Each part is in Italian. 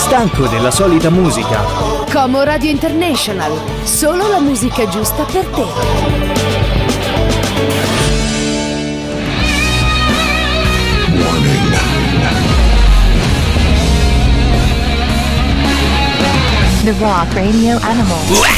Stanco della solita musica? Como Radio International, solo la musica giusta per te. The Rock Radio Animal.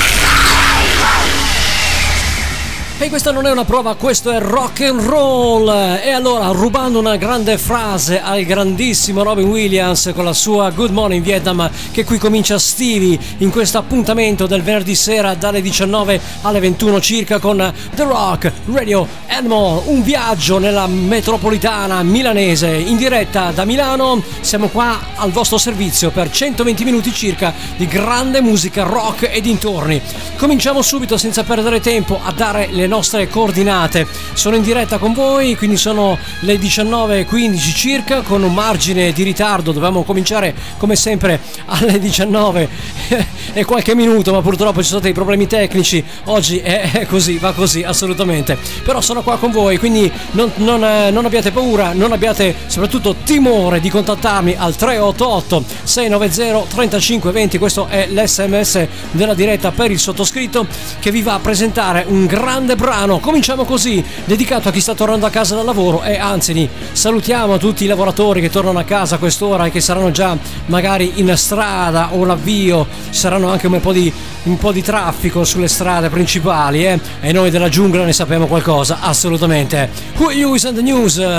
E questa non è una prova, questo è rock and roll. E allora, rubando una grande frase al grandissimo Robin Williams con la sua Good Morning Vietnam, che qui comincia Stevie in questo appuntamento del venerdì sera dalle 19 alle 21 circa con The Rock Radio Animal, un viaggio nella metropolitana milanese in diretta da Milano. Siamo qua al vostro servizio per 120 minuti circa di grande musica rock e dintorni. Cominciamo subito senza perdere tempo a dare le nostre coordinate. Sono in diretta con voi, quindi sono le 19:15 circa, con un margine di ritardo. Dovevamo cominciare come sempre alle 19 e qualche minuto, ma purtroppo ci sono stati problemi tecnici. Oggi è così, va così assolutamente. Però sono qua con voi, quindi non abbiate paura, non abbiate soprattutto timore di contattarmi al 388 690 3520. Questo è l'SMS della diretta per il sottoscritto, che vi va a presentare un grande brano. Cominciamo così, dedicato a chi sta tornando a casa dal lavoro, e anzi salutiamo tutti i lavoratori che tornano a casa a quest'ora e che saranno già magari in strada o l'avvio. Ci saranno anche un po' di traffico sulle strade principali, e noi della giungla ne sappiamo qualcosa, assolutamente. Who you is on the news? I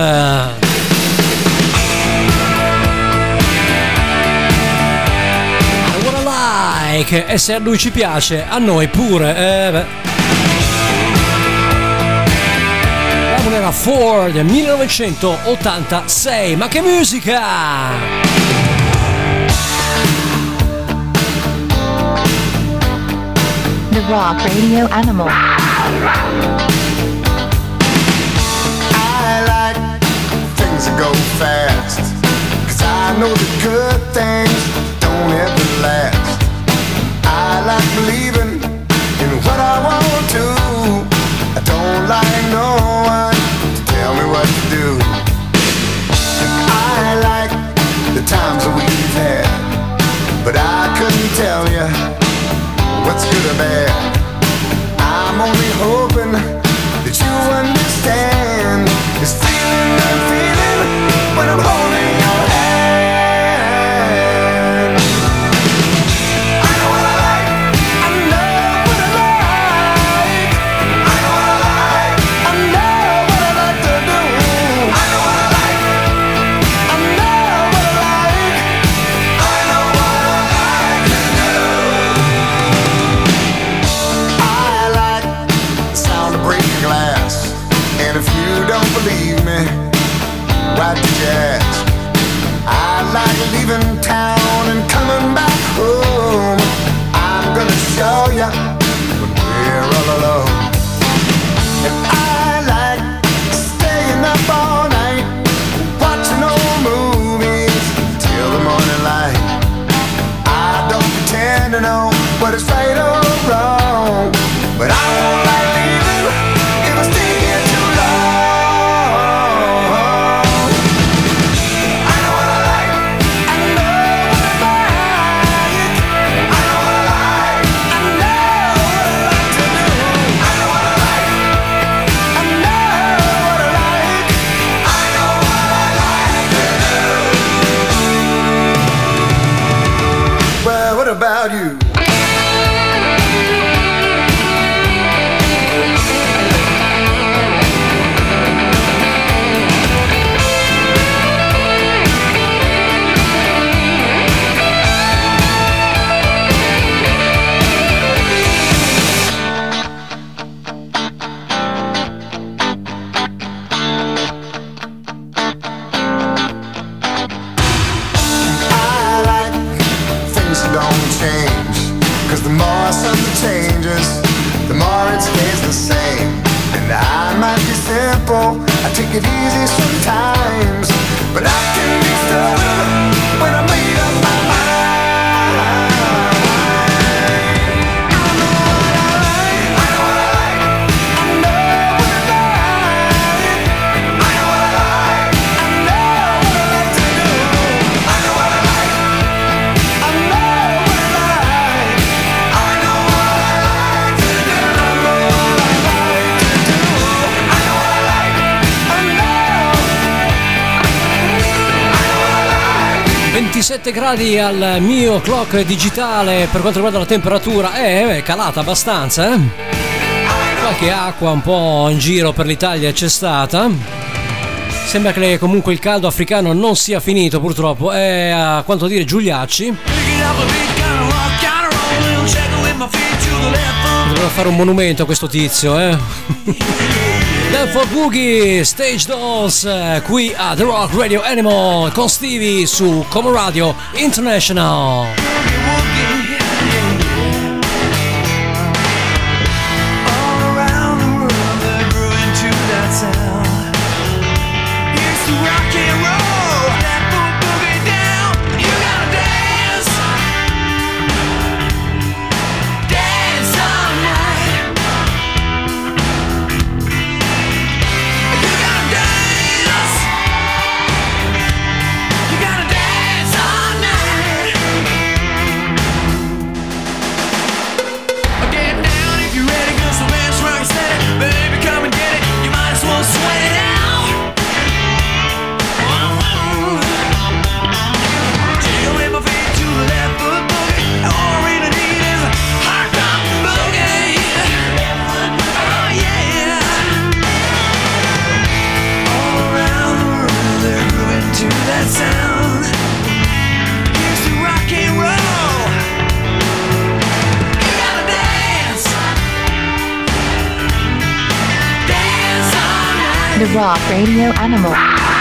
wanna like, e se a lui ci piace, a noi pure, era Ford 1986, ma che musica! The Rock Radio Animal. I like things that go fast, 'cause I know the good things don't ever last. I like believing in what I want to. I don't like no one to tell me what to do. I like the times that we've had, but I couldn't tell you what's good or bad. I'm only hoping that you understand this feeling I'm feeling when I'm holding your hand. I know what I like, I know what I like, I know what I like, I know what I like to do. I know what I like, I know what I like, I know what I like to do. I like the sound of breaking glass, and if you don't believe me, why did you ask? I like leaving town and coming back home. I'm gonna show ya when we're all alone. And I like staying up all night, watching old movies till the morning light. I don't pretend to know what is right or wrong, but I won't like leaving if I stay here too long. I know what I like, I know what I like, I know what I like, I know what I like to do. I know what I like, I know what I like, I know what I like to do. Well, what about you? Don't change, 'cause the more something changes, the more it stays the same. And I might be simple, I take it easy sometimes, but I can be stubborn when I made up my mind. I know what I like, I know what I like, I know what I like, I know what I like, I know what I like to do. I know what I like, I 27 gradi al mio clock digitale. Per quanto riguarda la temperatura è calata abbastanza, qualche acqua un po' in giro per l'Italia c'è stata. Sembra che comunque il caldo africano non sia finito, purtroppo. È a quanto dire Giuliacci. Dovrò fare un monumento a questo tizio, Left for Boogie, Stage Dolls, qui a The Rock Radio Animal con Stevie su Como Radio International. The Rock Radio Animal.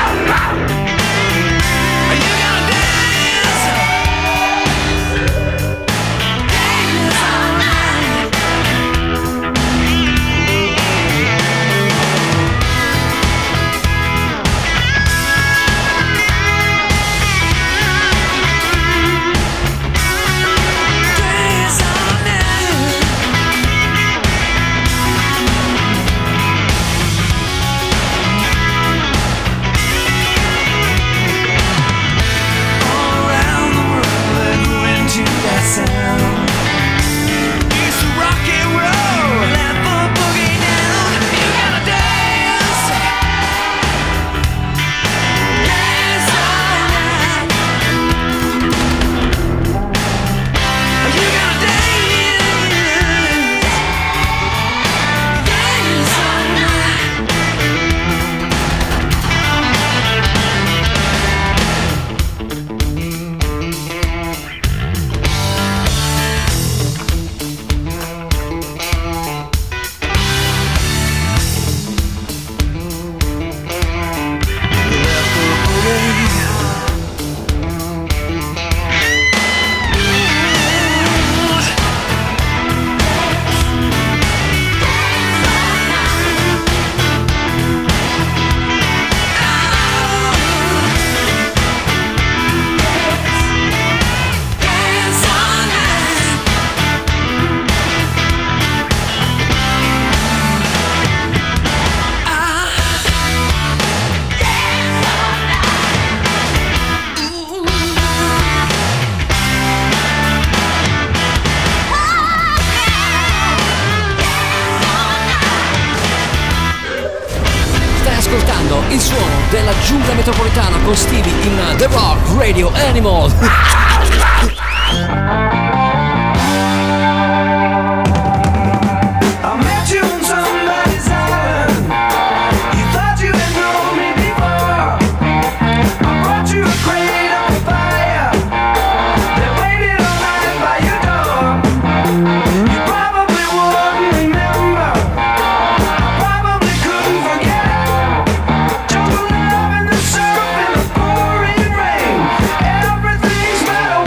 Il suono della giungla metropolitana con Stevie in The Rock Radio Animal. Everything's better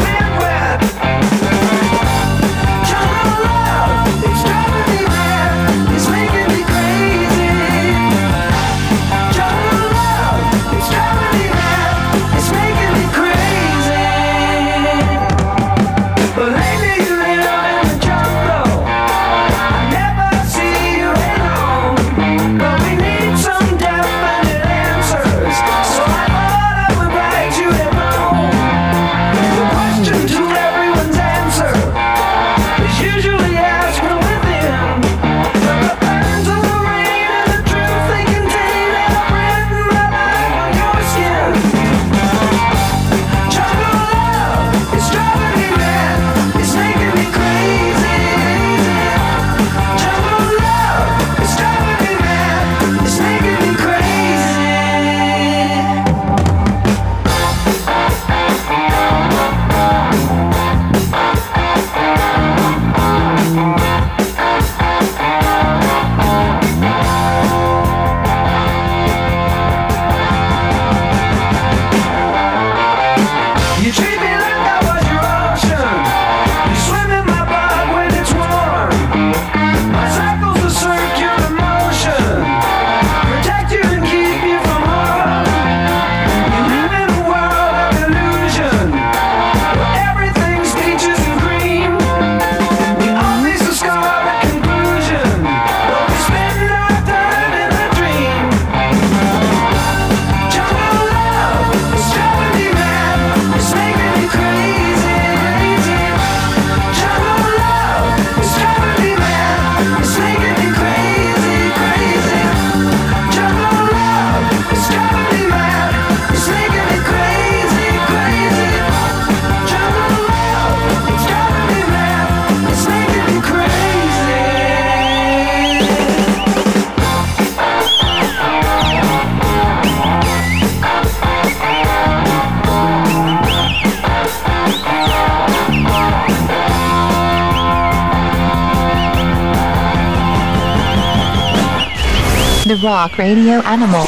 The Rock Radio Animal.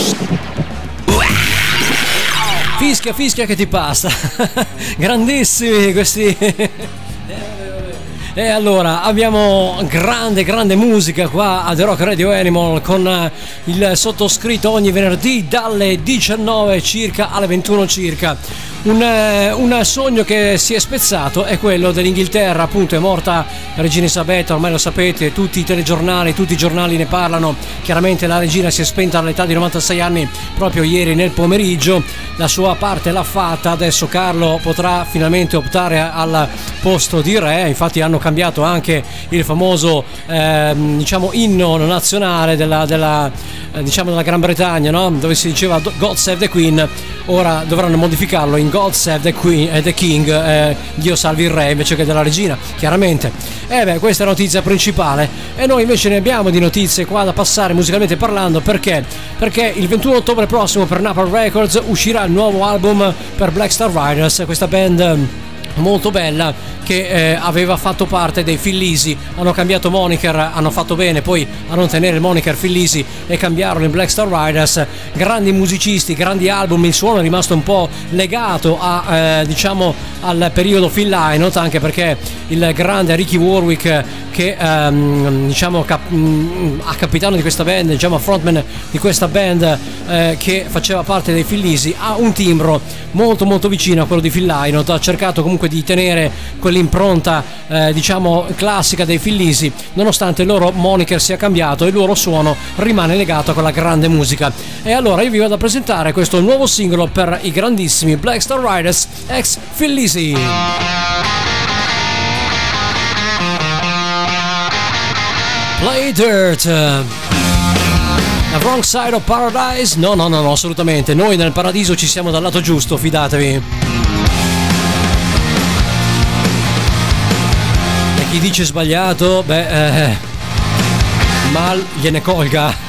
Fischia che ti passa. Grandissimi questi. E allora abbiamo grande musica qua a The Rock Radio Animal con il sottoscritto ogni venerdì dalle 19 circa alle 21 circa. Un sogno che si è spezzato è quello dell'Inghilterra, appunto è morta Regina Elisabetta, ormai lo sapete, tutti i telegiornali, tutti i giornali ne parlano. Chiaramente la regina si è spenta all'età di 96 anni proprio ieri nel pomeriggio, la sua parte l'ha fatta, adesso Carlo potrà finalmente optare al posto di re, infatti hanno cambiato anche il famoso inno nazionale della Gran Bretagna, no? Dove si diceva God Save the Queen, ora dovranno modificarlo in God Save the Queen e the King, Dio salvi il re, invece che della regina, chiaramente. Questa è la notizia principale, e noi invece ne abbiamo di notizie qua da passare musicalmente parlando, perché il 21 ottobre prossimo per Napalm Records uscirà il nuovo album per Black Star Riders, questa band molto bella che aveva fatto parte dei Fillisi. Hanno cambiato moniker, hanno fatto bene poi a non tenere il moniker Fillisi e cambiarlo in Black Star Riders. Grandi musicisti, grandi album, il suono è rimasto un po' legato a al periodo Phil Lynott, anche perché il grande Ricky Warwick, che a capitano di questa band, frontman di questa band che faceva parte dei Fillisi, ha un timbro molto molto vicino a quello di Phil Lynott. Ha cercato comunque di tenere quell'impronta classica dei Fillisi, nonostante il loro moniker sia cambiato e il loro suono rimane legato con la grande musica. E allora io vi vado a presentare questo nuovo singolo per i grandissimi Black Star Riders ex Fillisi. Play Dirt, The Wrong Side of Paradise. No, assolutamente, noi nel paradiso ci siamo dal lato giusto, fidatevi. E chi dice sbagliato, mal gliene colga.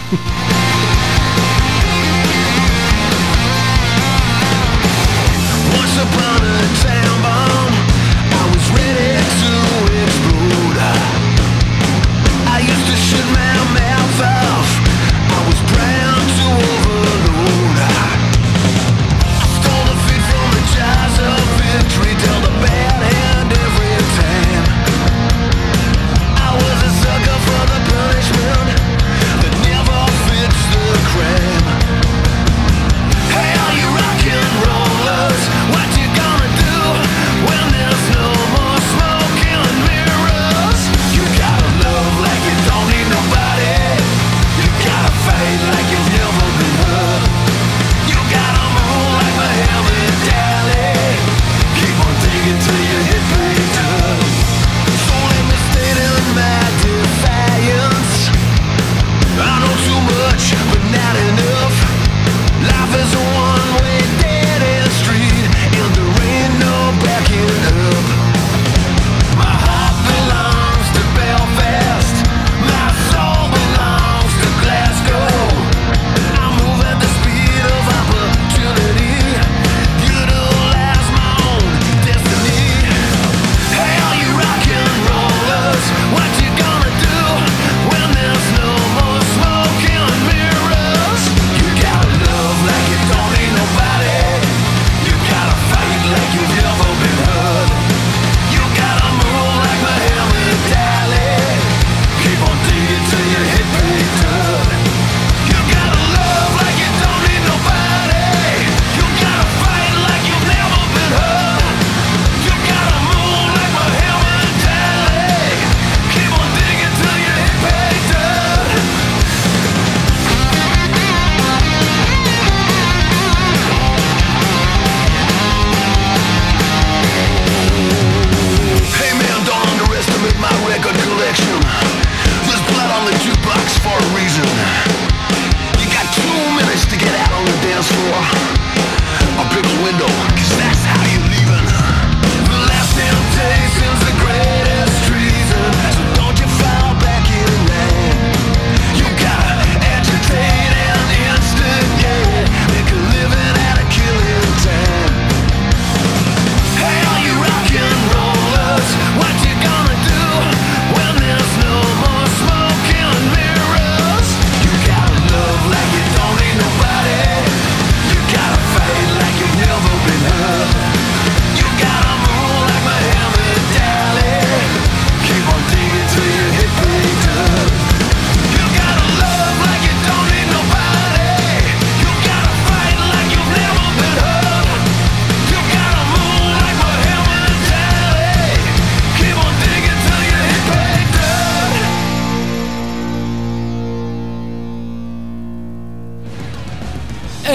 That never fits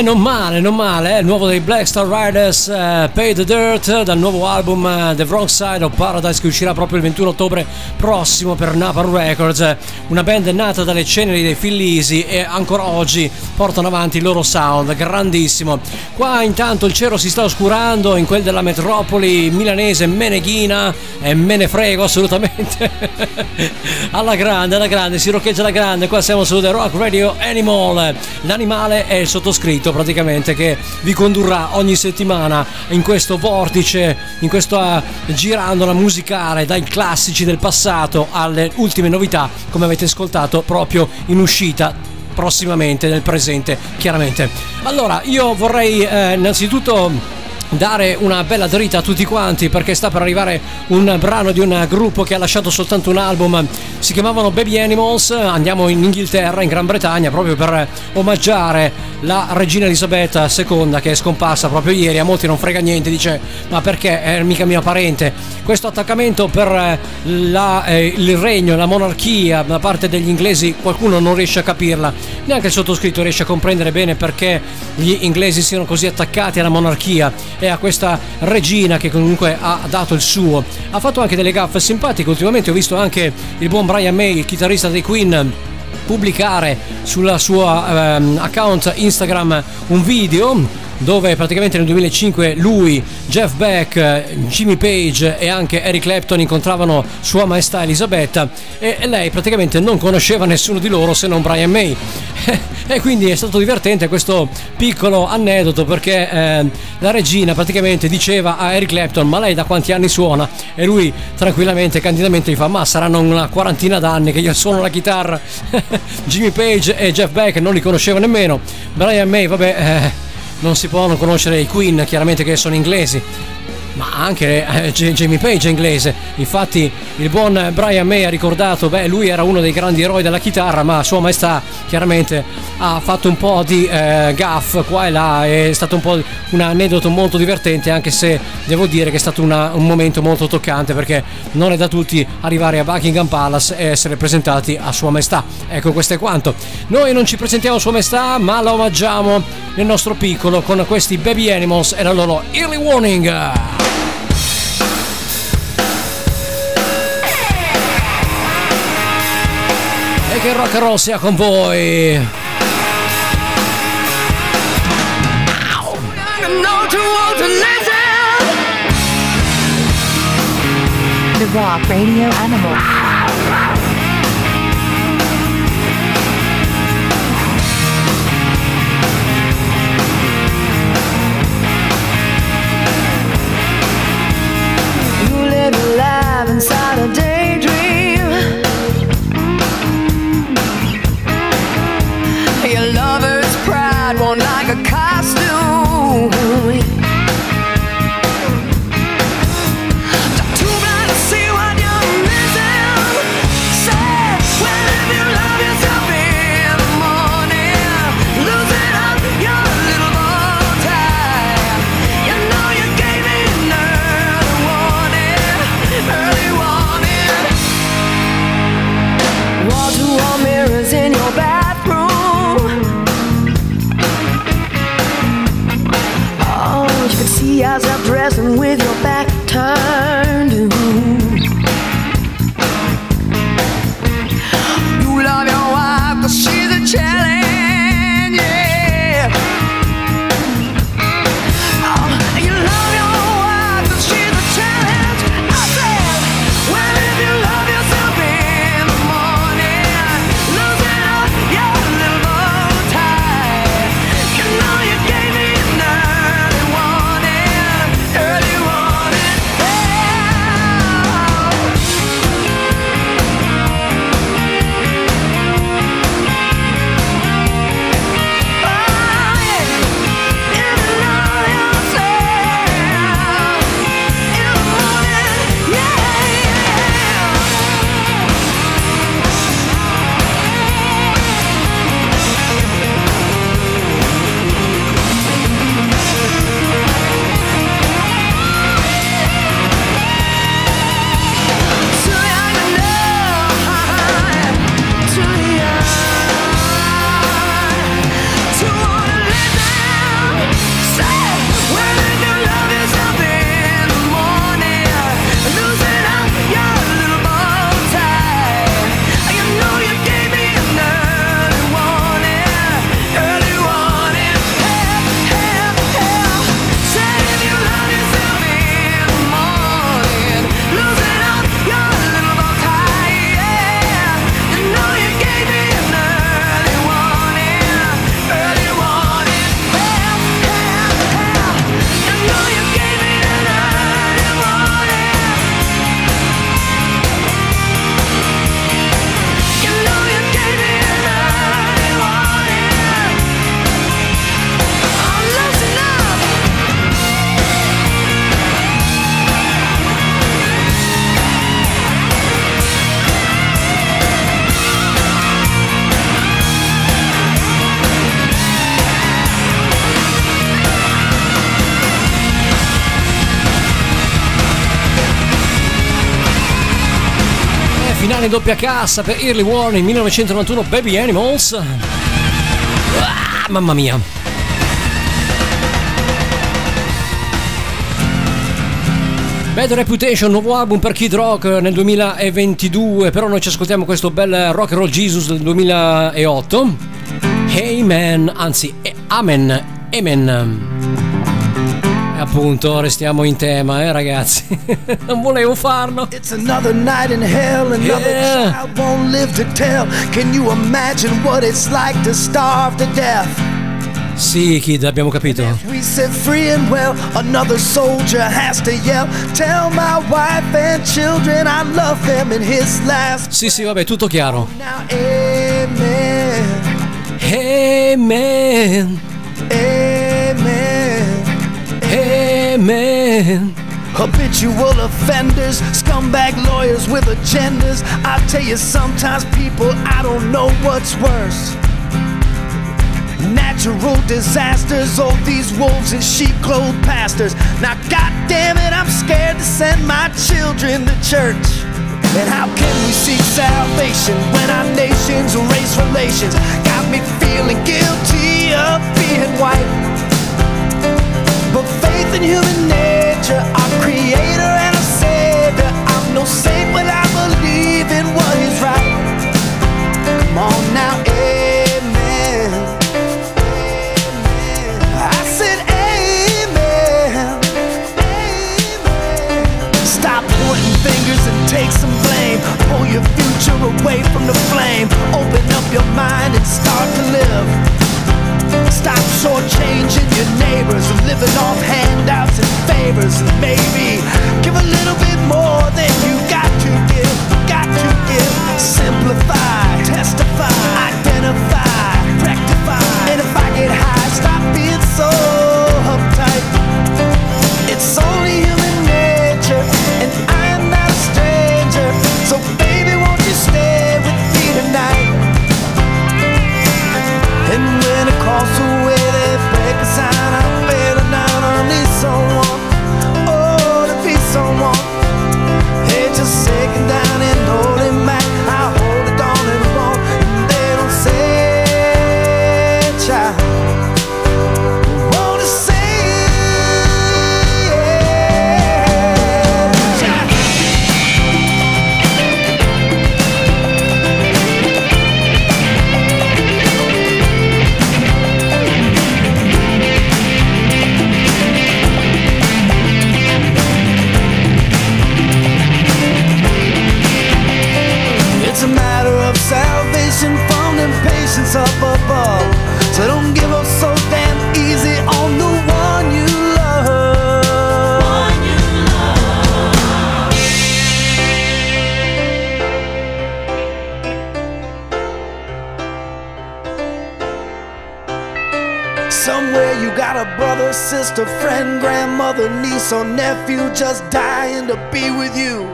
Non male, il nuovo dei Black Star Riders, Pay the Dirt, dal nuovo album The Wrong Side of Paradise, che uscirà proprio il 21 ottobre prossimo per Napalm Records, una band nata dalle ceneri dei Fillisi e ancora oggi portano avanti il loro sound, grandissimo. Qua intanto il cielo si sta oscurando in quel della metropoli milanese meneghina e me ne frego assolutamente. alla grande, si roccheggia alla grande, qua siamo su The Rock Radio Animal, l'animale è il sottoscritto praticamente, che vi condurrà ogni settimana in questo vortice, in questa girandola musicale dai classici del passato alle ultime novità, come avete ascoltato proprio in uscita prossimamente nel presente, chiaramente. Allora io vorrei innanzitutto dare una bella dritta a tutti quanti, perché sta per arrivare un brano di un gruppo che ha lasciato soltanto un album, si chiamavano Baby Animals. Andiamo in Inghilterra, in Gran Bretagna, proprio per omaggiare la regina Elisabetta II, che è scomparsa proprio ieri. A molti non frega niente, dice ma perché è mica mia parente. Questo attaccamento per il regno, la monarchia da parte degli inglesi, qualcuno non riesce a capirla, neanche il sottoscritto riesce a comprendere bene perché gli inglesi siano così attaccati alla monarchia e a questa regina che comunque ha dato il suo. Ha fatto anche delle gaffe simpatiche. Ultimamente ho visto anche il buon Brian May, il chitarrista dei Queen, pubblicare sulla sua account Instagram un video dove praticamente nel 2005 lui, Jeff Beck, Jimmy Page e anche Eric Clapton incontravano Sua Maestà Elisabetta, e lei praticamente non conosceva nessuno di loro se non Brian May. E quindi è stato divertente questo piccolo aneddoto, perché la regina praticamente diceva a Eric Clapton ma lei da quanti anni suona? E lui tranquillamente, candidamente gli fa ma saranno una quarantina d'anni che io suono la chitarra. Jimmy Page e Jeff Beck non li conosceva nemmeno. Brian May vabbè, non si può non conoscere i Queen, chiaramente, che sono inglesi, ma anche Jimmy Page è inglese. Infatti il buon Brian May ha ricordato, lui era uno dei grandi eroi della chitarra, ma Sua Maestà chiaramente ha fatto un po' di gaff qua e là. È stato un po' un aneddoto molto divertente, anche se devo dire che è stato un momento molto toccante, perché non è da tutti arrivare a Buckingham Palace e essere presentati a Sua Maestà. Ecco, questo è quanto. Noi non ci presentiamo a Sua Maestà, ma la omaggiamo nel nostro piccolo con questi Baby Animals e la loro Early Warning. E che rock and roll sia con voi. The Rock Radio Animal. You live your life inside a daydream. Your lover's pride won't like a costume. Too blind to see what you're missing. Finale in doppia cassa per Early Warning 1991, Baby Animals. Mamma mia. Bad Reputation, nuovo album per Kid Rock nel 2022, però noi ci ascoltiamo questo bel Rock and Roll Jesus del 2008. Hey Man, anzi Amen, Amen. E appunto restiamo in tema, ragazzi. Non volevo farlo. It's another night in hell, another child won't live to tell. Can you imagine what it's like to starve to death? Sì, Kid, abbiamo capito. We set free and well, another soldier has to yell. Tell my wife and children I love them in his last. Sì, vabbè, tutto chiaro. Now, amen. Amen. Amen. Amen. Habitual offenders, scumbag lawyers with agendas. I tell you, sometimes people, I don't know what's worse. Natural disasters, oh these wolves in sheep-clothed pastors. Now goddamn it, I'm scared to send my children to church. And how can we seek salvation when our nation's race relations got me feeling guilty of being white? But faith in human nature, our creator and our savior, I'm no saint but I believe in what is right. Come on now, amen. I said amen, amen. Stop pointing fingers and take some blame. Pull your future away from the flame. Open up your mind and start to live. Stop shortchanging your neighbors and living off handouts and favors. And maybe give a little bit more than you got to give. Got to give. Simplify, testify, identify, rectify. And if I get high, stop being so uptight. It's only human nature, and I'm not a stranger. So baby, won't you stay with me tonight? And when across the way they break a sign, I'm feeling down, I need someone, oh, to be someone. Hey, just shaking down and holding back, I hold it on and on, and they don't say, child. Wanna say, child. It's a matter of salvation from impatience up above. So don't give up so damn easy on the one you love. Somewhere you got a brother, sister, friend, grandmother, niece, or nephew just dying to be with you.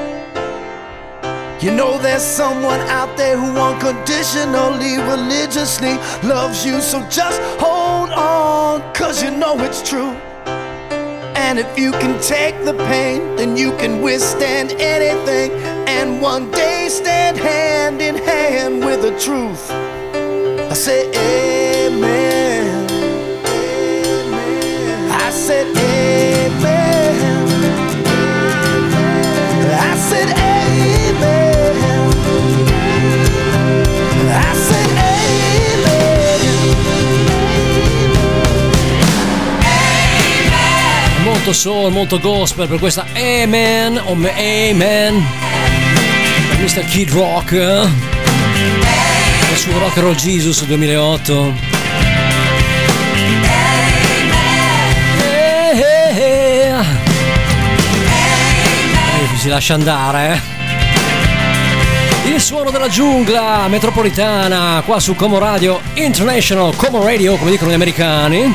You know there's someone out there who unconditionally, religiously loves you. So just hold on, cause you know it's true. And if you can take the pain, then you can withstand anything. And one day stand hand in hand with the truth. I say amen, amen. I said amen, I said amen. I said amen. Molto soul, molto gospel per questa Amen o Amen per Mr. Kid Rock il suo Rock and Roll Jesus 2008. Si lascia andare, il suono della giungla metropolitana qua su Como Radio International, Como Radio come dicono gli americani.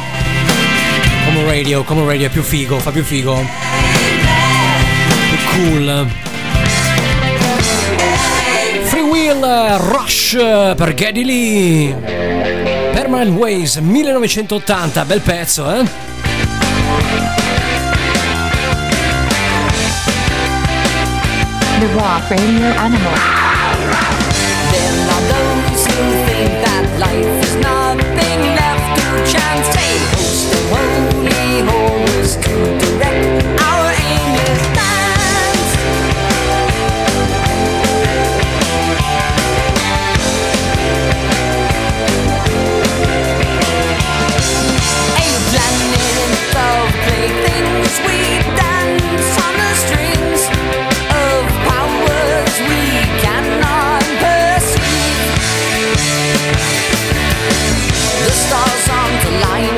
Como Radio è più figo, fa più figo, più cool. Free Will Rush per Geddy Lee, Permanent Ways 1980, bel pezzo, eh? The Rock Radio Animal. There are those who think that life is nothing left to chance. They host the holy horrors to direct our aimless dance. A planet of playthings, we dance on the strings of powers we cannot perceive. The stars aren't aligned.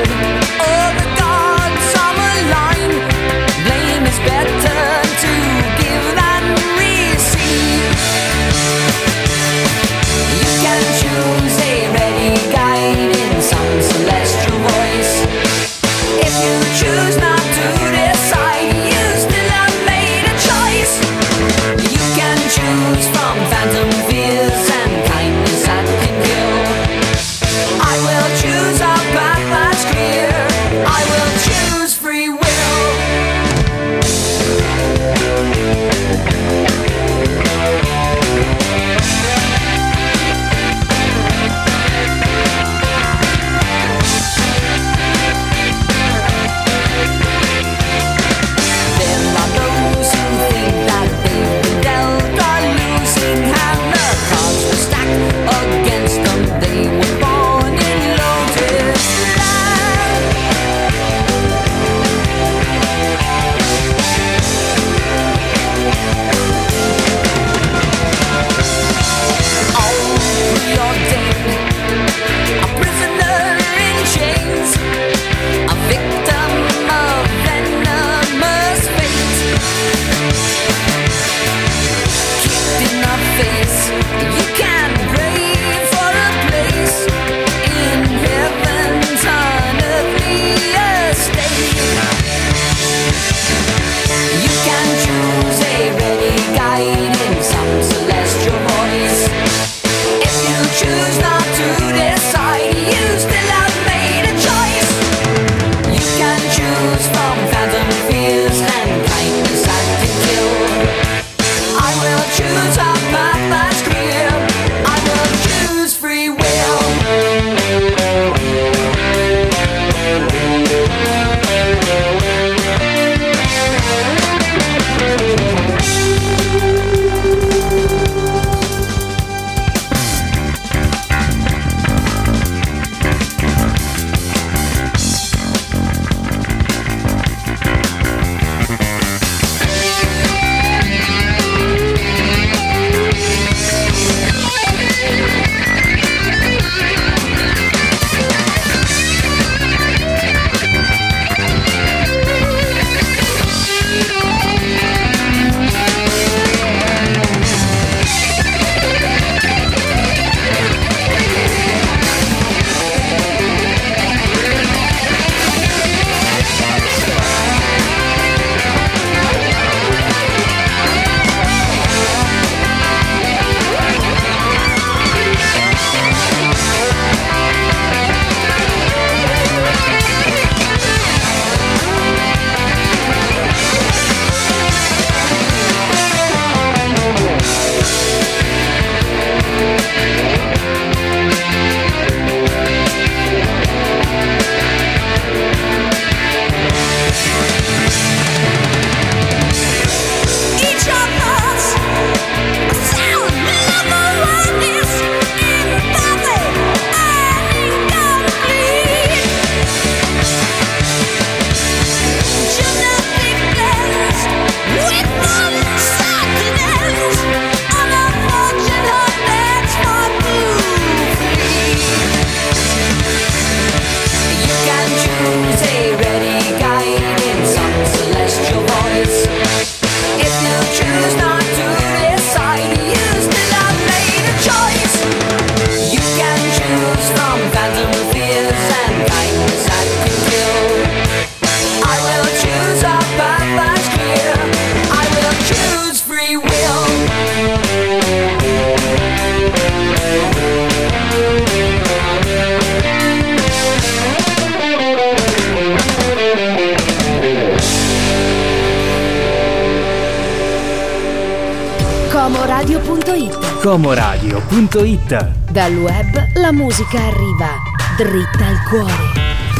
Comoradio.it. Comoradio.it. Dal web la musica arriva dritta al cuore.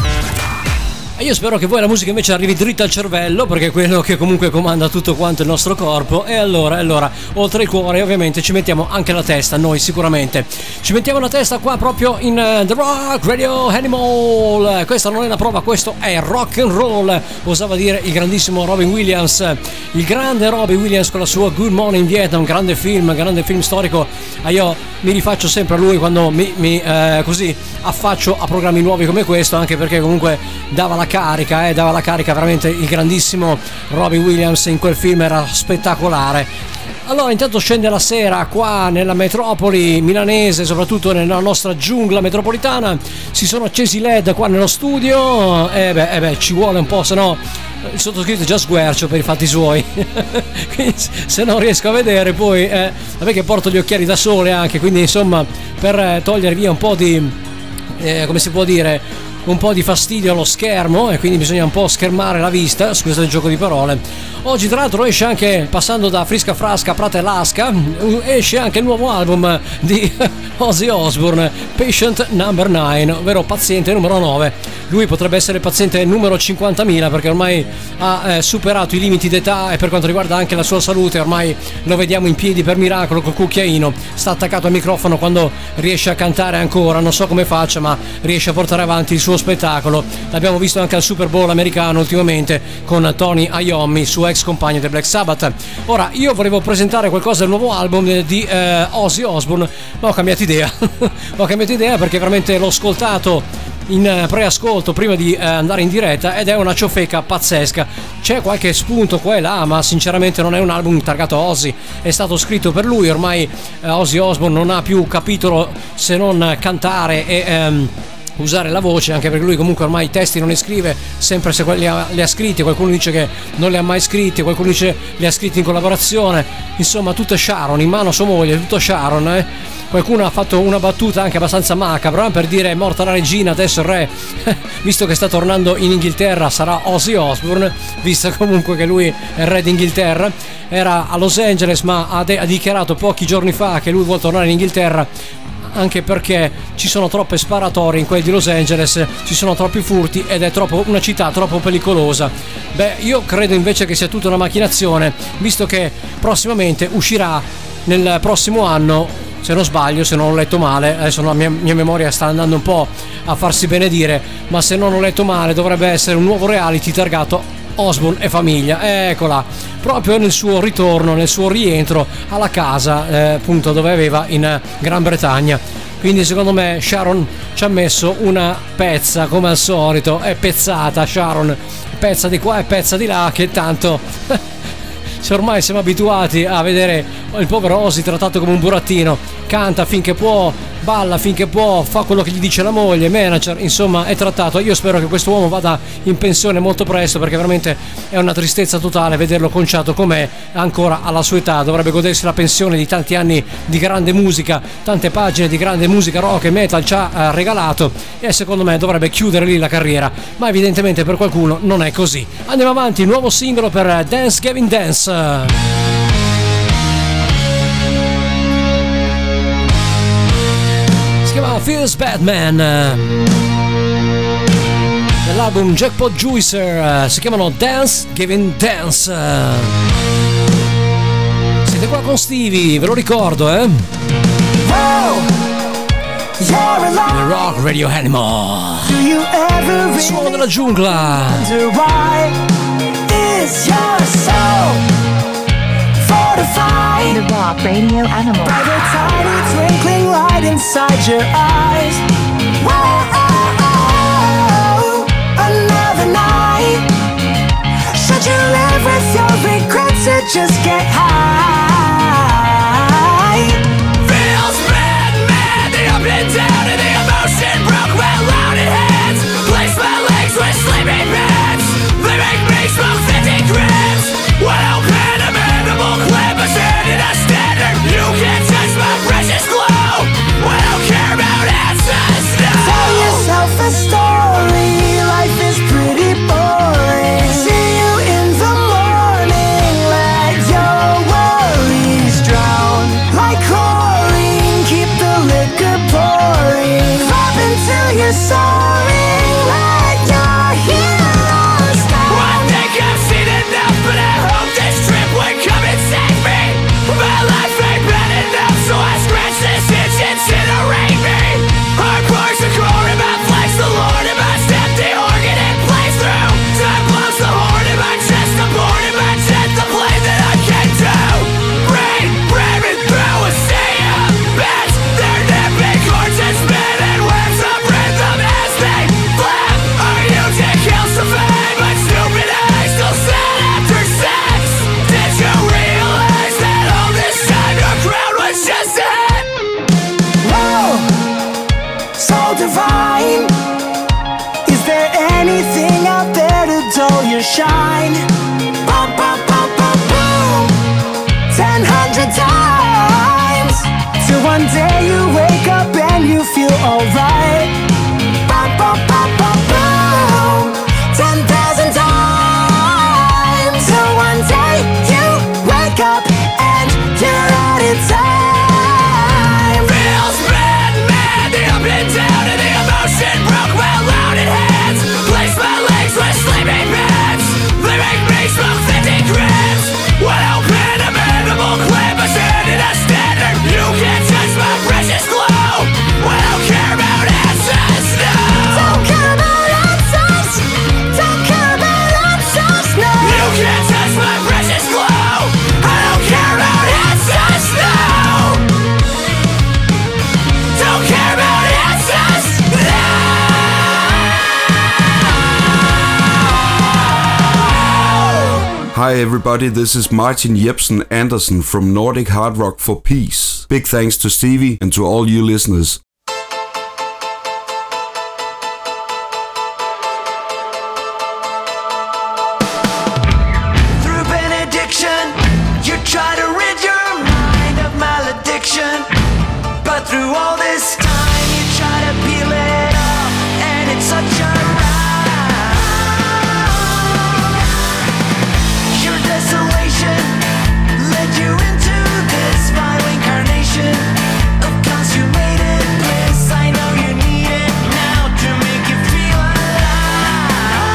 E io spero che voi la musica invece arrivi dritta al cervello, perché è quello che comunque comanda tutto quanto il nostro corpo. E allora, oltre il cuore ovviamente ci mettiamo anche la testa, noi sicuramente. Ci mettiamo la testa qua proprio in The Rock Radio Animal. Questa non è una prova, questo è rock and roll, osava dire il grandissimo Robin Williams. Il grande Robin Williams con la sua Good Morning Vietnam, grande film storico. Io mi rifaccio sempre a lui quando mi così affaccio a programmi nuovi come questo, anche perché comunque dava la carica veramente. Il grandissimo Robin Williams in quel film era spettacolare. Allora intanto scende la sera qua nella metropoli milanese, soprattutto nella nostra giungla metropolitana. Si sono accesi i LED qua nello studio e ci vuole un po', se no il sottoscritto è già sguercio per i fatti suoi. Quindi, se non riesco a vedere poi vabbè che porto gli occhiali da sole anche, quindi insomma per togliere via un po' di come si può dire, un po' di fastidio allo schermo, e quindi bisogna un po' schermare la vista. Scusate il gioco di parole. Oggi tra l'altro esce anche, passando da Frisca Frasca Prata e Lasca, esce anche il nuovo album di Ozzy Osbourne, Patient Number 9, ovvero paziente numero 9. Lui potrebbe essere paziente numero 50.000, perché ormai ha superato i limiti d'età, e per quanto riguarda anche la sua salute ormai lo vediamo in piedi per miracolo col cucchiaino. Sta attaccato al microfono quando riesce a cantare ancora, non so come faccia, ma riesce a portare avanti il suo spettacolo. L'abbiamo visto anche al Super Bowl americano ultimamente con Tony Iommi, suo ex compagno del Black Sabbath. Ora io volevo presentare qualcosa del nuovo album di Ozzy Osbourne, ma ho cambiato idea. Ho cambiato idea perché veramente l'ho ascoltato in preascolto prima di andare in diretta ed è una ciofeca pazzesca. C'è qualche spunto qua e là, ma sinceramente non è un album targato Ozzy, è stato scritto per lui. Ormai Ozzy Osbourne non ha più capitolo se non cantare e usare la voce, anche perché lui comunque ormai i testi non li scrive, sempre se li ha scritti. Qualcuno dice che non li ha mai scritti, qualcuno dice li ha scritti in collaborazione. Insomma, tutto Sharon, in mano a sua moglie, tutto Sharon. Qualcuno ha fatto una battuta anche abbastanza macabra per dire: è morta la regina, adesso il re visto che sta tornando in Inghilterra sarà Ozzy Osbourne, visto comunque che lui è il re d'Inghilterra. Era a Los Angeles, ma ha dichiarato pochi giorni fa che lui vuole tornare in Inghilterra, anche perché ci sono troppe sparatorie in quelli di Los Angeles, ci sono troppi furti ed è una città troppo pericolosa. Io credo invece che sia tutta una macchinazione, visto che prossimamente uscirà nel prossimo anno, se non sbaglio, se non ho letto male, adesso la mia memoria sta andando un po' a farsi benedire, ma se non ho letto male dovrebbe essere un nuovo reality targato Osbourne e famiglia. Eccola, proprio nel suo ritorno, nel suo rientro alla casa appunto dove aveva in Gran Bretagna. Quindi secondo me Sharon ci ha messo una pezza, come al solito. È pezzata Sharon, pezza di qua e pezza di là, che tanto se ormai siamo abituati a vedere il povero Ozzy trattato come un burattino. Canta finché può, balla finché può, fa quello che gli dice la moglie, manager, insomma è trattato. Io spero che questo uomo vada in pensione molto presto, perché veramente è una tristezza totale vederlo conciato com'è ancora alla sua età. Dovrebbe godersi la pensione di tanti anni di grande musica, tante pagine di grande musica rock e metal ci ha regalato, e secondo me dovrebbe chiudere lì la carriera, ma evidentemente per qualcuno non è così. Andiamo avanti, nuovo singolo per Dance Gavin Dance. Feels Batman dell'album Jackpot Juicer, si chiamano Dance Gavin Dance. Siete qua con Stevie, ve lo ricordo, The Rock Radio Animal, suono della giungla. The Rock Radio Animal. By the tiny twinkling light inside your eyes. Whoa, another night. Should you live with your regrets or just get high? Feels bad, mad, the up and down and the emotion broke my loaded hands. Place my legs with sleeping bags. They make me smoke 50 grams. What open a mandible clip is in a standard. You can't touch my precious glow. I don't care about answers, no. Tell yourself a story. Life is pretty boring. See you in the morning. Let your world you realize that all this time your crown was just a hit? Whoa, so divine. Is there anything out there to dull your shine? Bum, bum, bum, bum, boom. 100 times till one day you wake up and you feel alright. Bum, bum, bum, bum, boom. 10,000 times till one day you wake up and you're out of time. Feels bad, mad, the up and down and the emotion broke well loud in hands. Place my legs with sleeping bags. They make me smoke 50 grams. What open a mandible clamp, a standard, a standard. You can't touch my precious glow. I don't care about answers, no. Don't care about answers. Don't care about answers, no. You can't touch my precious glow. I don't care about answers, no. Don't care about answers, no. Hi everybody, this is Martin Jepsen Andersen from Nordic Hard Rock for Peace. Big thanks to Stevie and to all you listeners. Through benediction, you try to rid your mind of malediction. But through all this time, you try to peel it off, and it's such a ride. Your desolation led you into this vile incarnation of consummated bliss. I know you need it now to make you feel alive.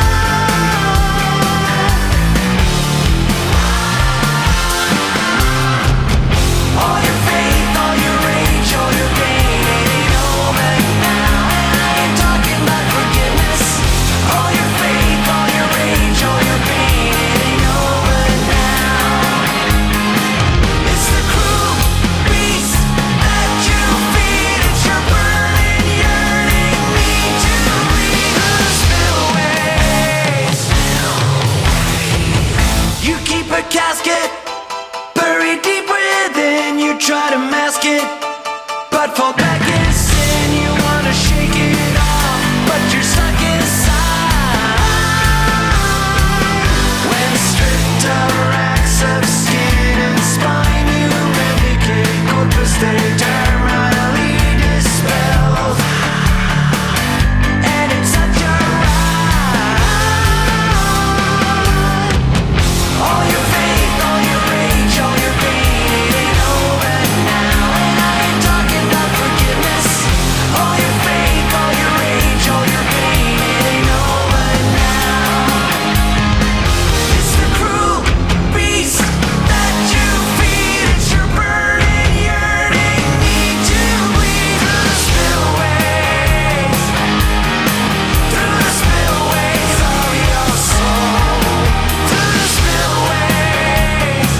All your faith, all your rage, all your pain, it ain't over now. And I ain't talking about forgiveness. All your faith, all your rage, all your pain, it ain't over now. It's the cruel beast that you feed. It's your burning, yearning need to leave the spillways. You keep a casket buried deep within, you try to mask it, but fall back in sin. You wanna shake it off, but you're stuck inside. When stripped of racks of skin and spine, you replicate corpus terminally dispelled. And it's such a ride. All your faith, all your rage, all your pain, it ain't over now. And I ain't talking about forgiveness. All your faith, all your rage, all your pain, it ain't over now. It's the cruel beast that you feed. It's your burning, yearning need to bleed through the spillways. Through the spillways of your soul. Through the spillways.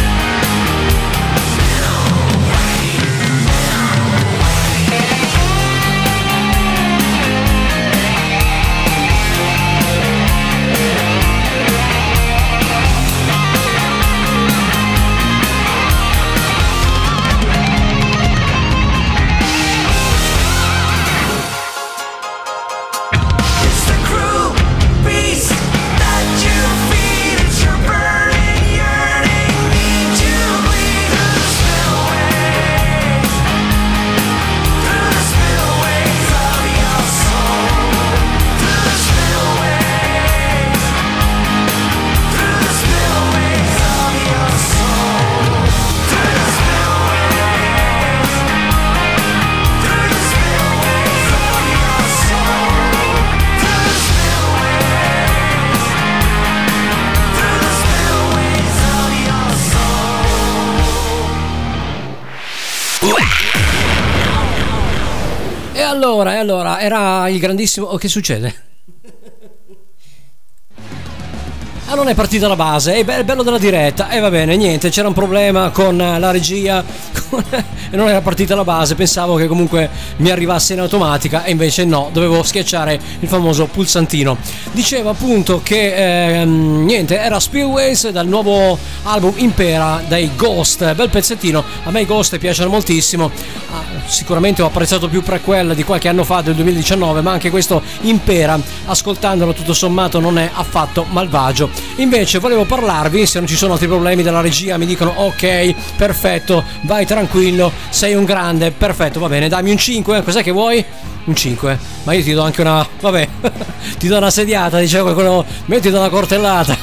It's the cruel beast that you feed. It's your burning, yearning need to bleed through the spillways. Through the spillways of your soul. Through the spillways. Through the spillways of your soul. Through the spillways. Through the spillways of your soul. Through the spillways. Through the spillways of your soul. E allora, era il grandissimo... Oh, che succede? Ah, non è partita la base, è bello della diretta. E va bene, niente, c'era un problema con la regia, e non era partita la base, pensavo che comunque mi arrivasse in automatica e invece no, dovevo schiacciare il famoso pulsantino. Dicevo appunto che niente, era Spillways dal nuovo album Impera dei Ghost, bel pezzettino, a me i Ghost piacciono moltissimo, sicuramente ho apprezzato più Prequel di qualche anno fa, del 2019, ma anche questo Impera, ascoltandolo tutto sommato non è affatto malvagio. Invece volevo parlarvi, se non ci sono altri problemi della regia, mi dicono ok, perfetto, vai tranquillo, sei un grande, perfetto, va bene, dammi un 5, cos'è che vuoi? Un 5, ma io ti do anche una, vabbè, ti do una sediata, diceva qualcuno, metti da una cortellata.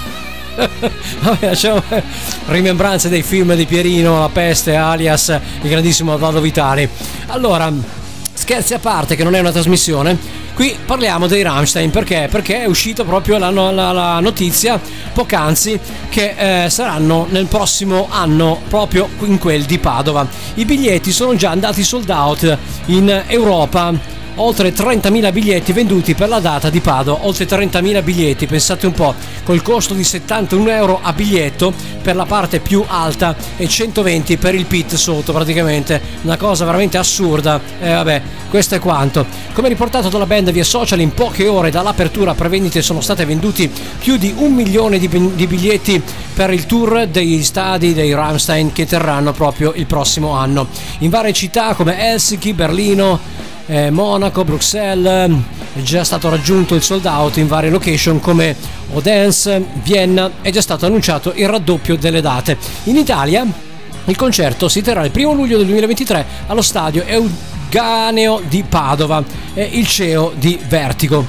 Vabbè, lasciamo rimembranze dei film di Pierino, La peste, Alias, il grandissimo Valdo Vitali. Allora, scherzi a parte, che non è una trasmissione, qui parliamo dei Rammstein. Perché? Perché è uscita proprio la notizia poc'anzi che saranno nel prossimo anno proprio in quel di Padova. I biglietti sono già andati sold out in Europa. Oltre 30.000 biglietti venduti per la data di Padova, oltre 30.000 biglietti, pensate un po', col costo di 71 euro a biglietto per la parte più alta e 120 per il pit sotto, praticamente una cosa veramente assurda. Vabbè, questo è quanto. Come riportato dalla band via social, in poche ore dall'apertura prevendite sono state venduti più di 1 milione di biglietti per il tour degli stadi dei Rammstein che terranno proprio il prossimo anno in varie città come Helsinki, Berlino, Monaco, Bruxelles. È già stato raggiunto il sold out in varie location come Odense, Vienna, è già stato annunciato il raddoppio delle date. In Italia il concerto si terrà il 1 luglio del 2023 allo stadio Euganeo di Padova e il CEO di Vertigo.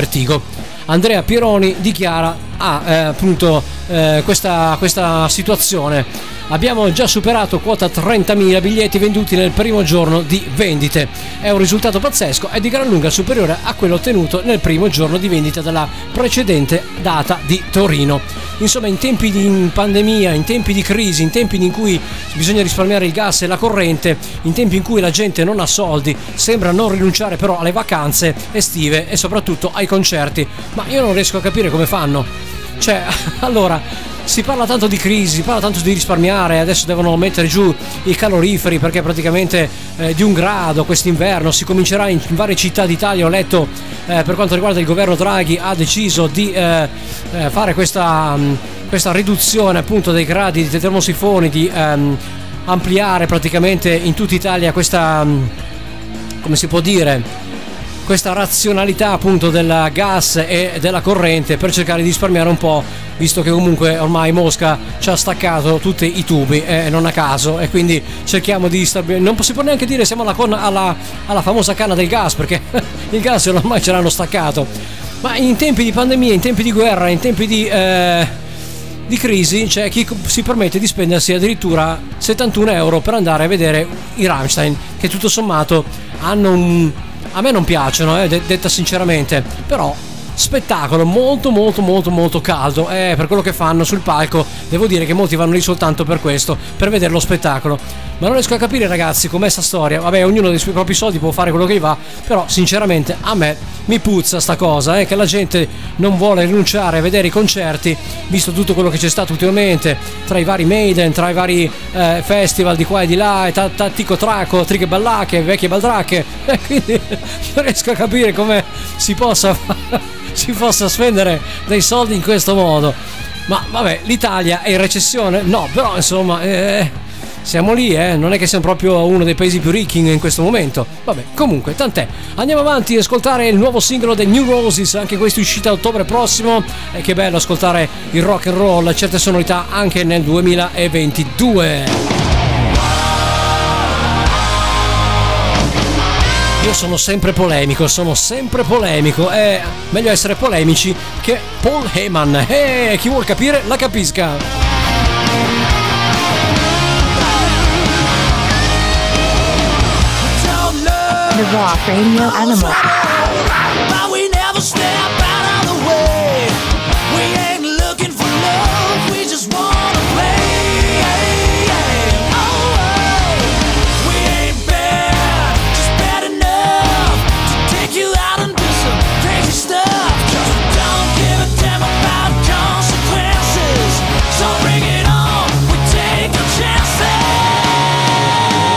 Andrea Pieroni dichiara appunto questa situazione. Abbiamo già superato quota 30.000 biglietti venduti nel primo giorno di vendite. È un risultato pazzesco e di gran lunga superiore a quello ottenuto nel primo giorno di vendita della precedente data di Torino. Insomma, in tempi di pandemia, in tempi di crisi, in tempi in cui bisogna risparmiare il gas e la corrente, in tempi in cui la gente non ha soldi, sembra non rinunciare però alle vacanze estive e soprattutto ai concerti. Ma io non riesco a capire come fanno. Cioè, allora, si parla tanto di crisi, si parla tanto di risparmiare, adesso devono mettere giù i caloriferi perché praticamente di 1 grado quest'inverno si comincerà in varie città d'Italia. Ho letto per quanto riguarda il governo Draghi ha deciso di fare questa riduzione appunto dei gradi dei termosifoni, di ampliare praticamente in tutta Italia questa, come si può dire, questa razionalità appunto del gas e della corrente per cercare di risparmiare un po', visto che comunque ormai Mosca ci ha staccato tutti i tubi non a caso, e quindi cerchiamo di non si può neanche dire siamo alla famosa canna del gas, perché il gas ormai ce l'hanno staccato. Ma in tempi di pandemia, in tempi di guerra, in tempi di crisi c'è chi si permette di spendersi addirittura 71 euro per andare a vedere i Rammstein, che tutto sommato hanno a me non piacciono, detta sinceramente, però spettacolo molto molto molto molto caldo, per quello che fanno sul palco. Devo dire che molti vanno lì soltanto per questo, per vedere lo spettacolo. Ma non riesco a capire, ragazzi, com'è sta storia. Vabbè, ognuno dei suoi propri soldi può fare quello che gli va, però sinceramente a me mi puzza sta cosa, che la gente non vuole rinunciare a vedere i concerti, visto tutto quello che c'è stato ultimamente tra i vari Maiden, tra i vari festival di qua e di là, e Tico Traco, Triche Ballacche, Vecchie Baldracche, e quindi non riesco a capire come si possa spendere dei soldi in questo modo. Ma vabbè, l'Italia è in recessione? No, però insomma siamo lì, non è che siamo proprio uno dei paesi più ricchi in questo momento. Vabbè, comunque, tant'è. Andiamo avanti ad ascoltare il nuovo singolo dei New Roses, anche questo uscito a ottobre prossimo. E che bello ascoltare il rock and roll, certe sonorità anche nel 2022. Io sono sempre polemico, è meglio essere polemici che Paul Heyman. Chi vuol capire la capisca. The Rock Radio Animal. But we never step out of the way. We ain't looking for love, we just wanna play. Oh, we ain't bad, just bad enough to take you out and do some crazy stuff. Cause we don't give a damn about consequences. So bring it on, we take our chances.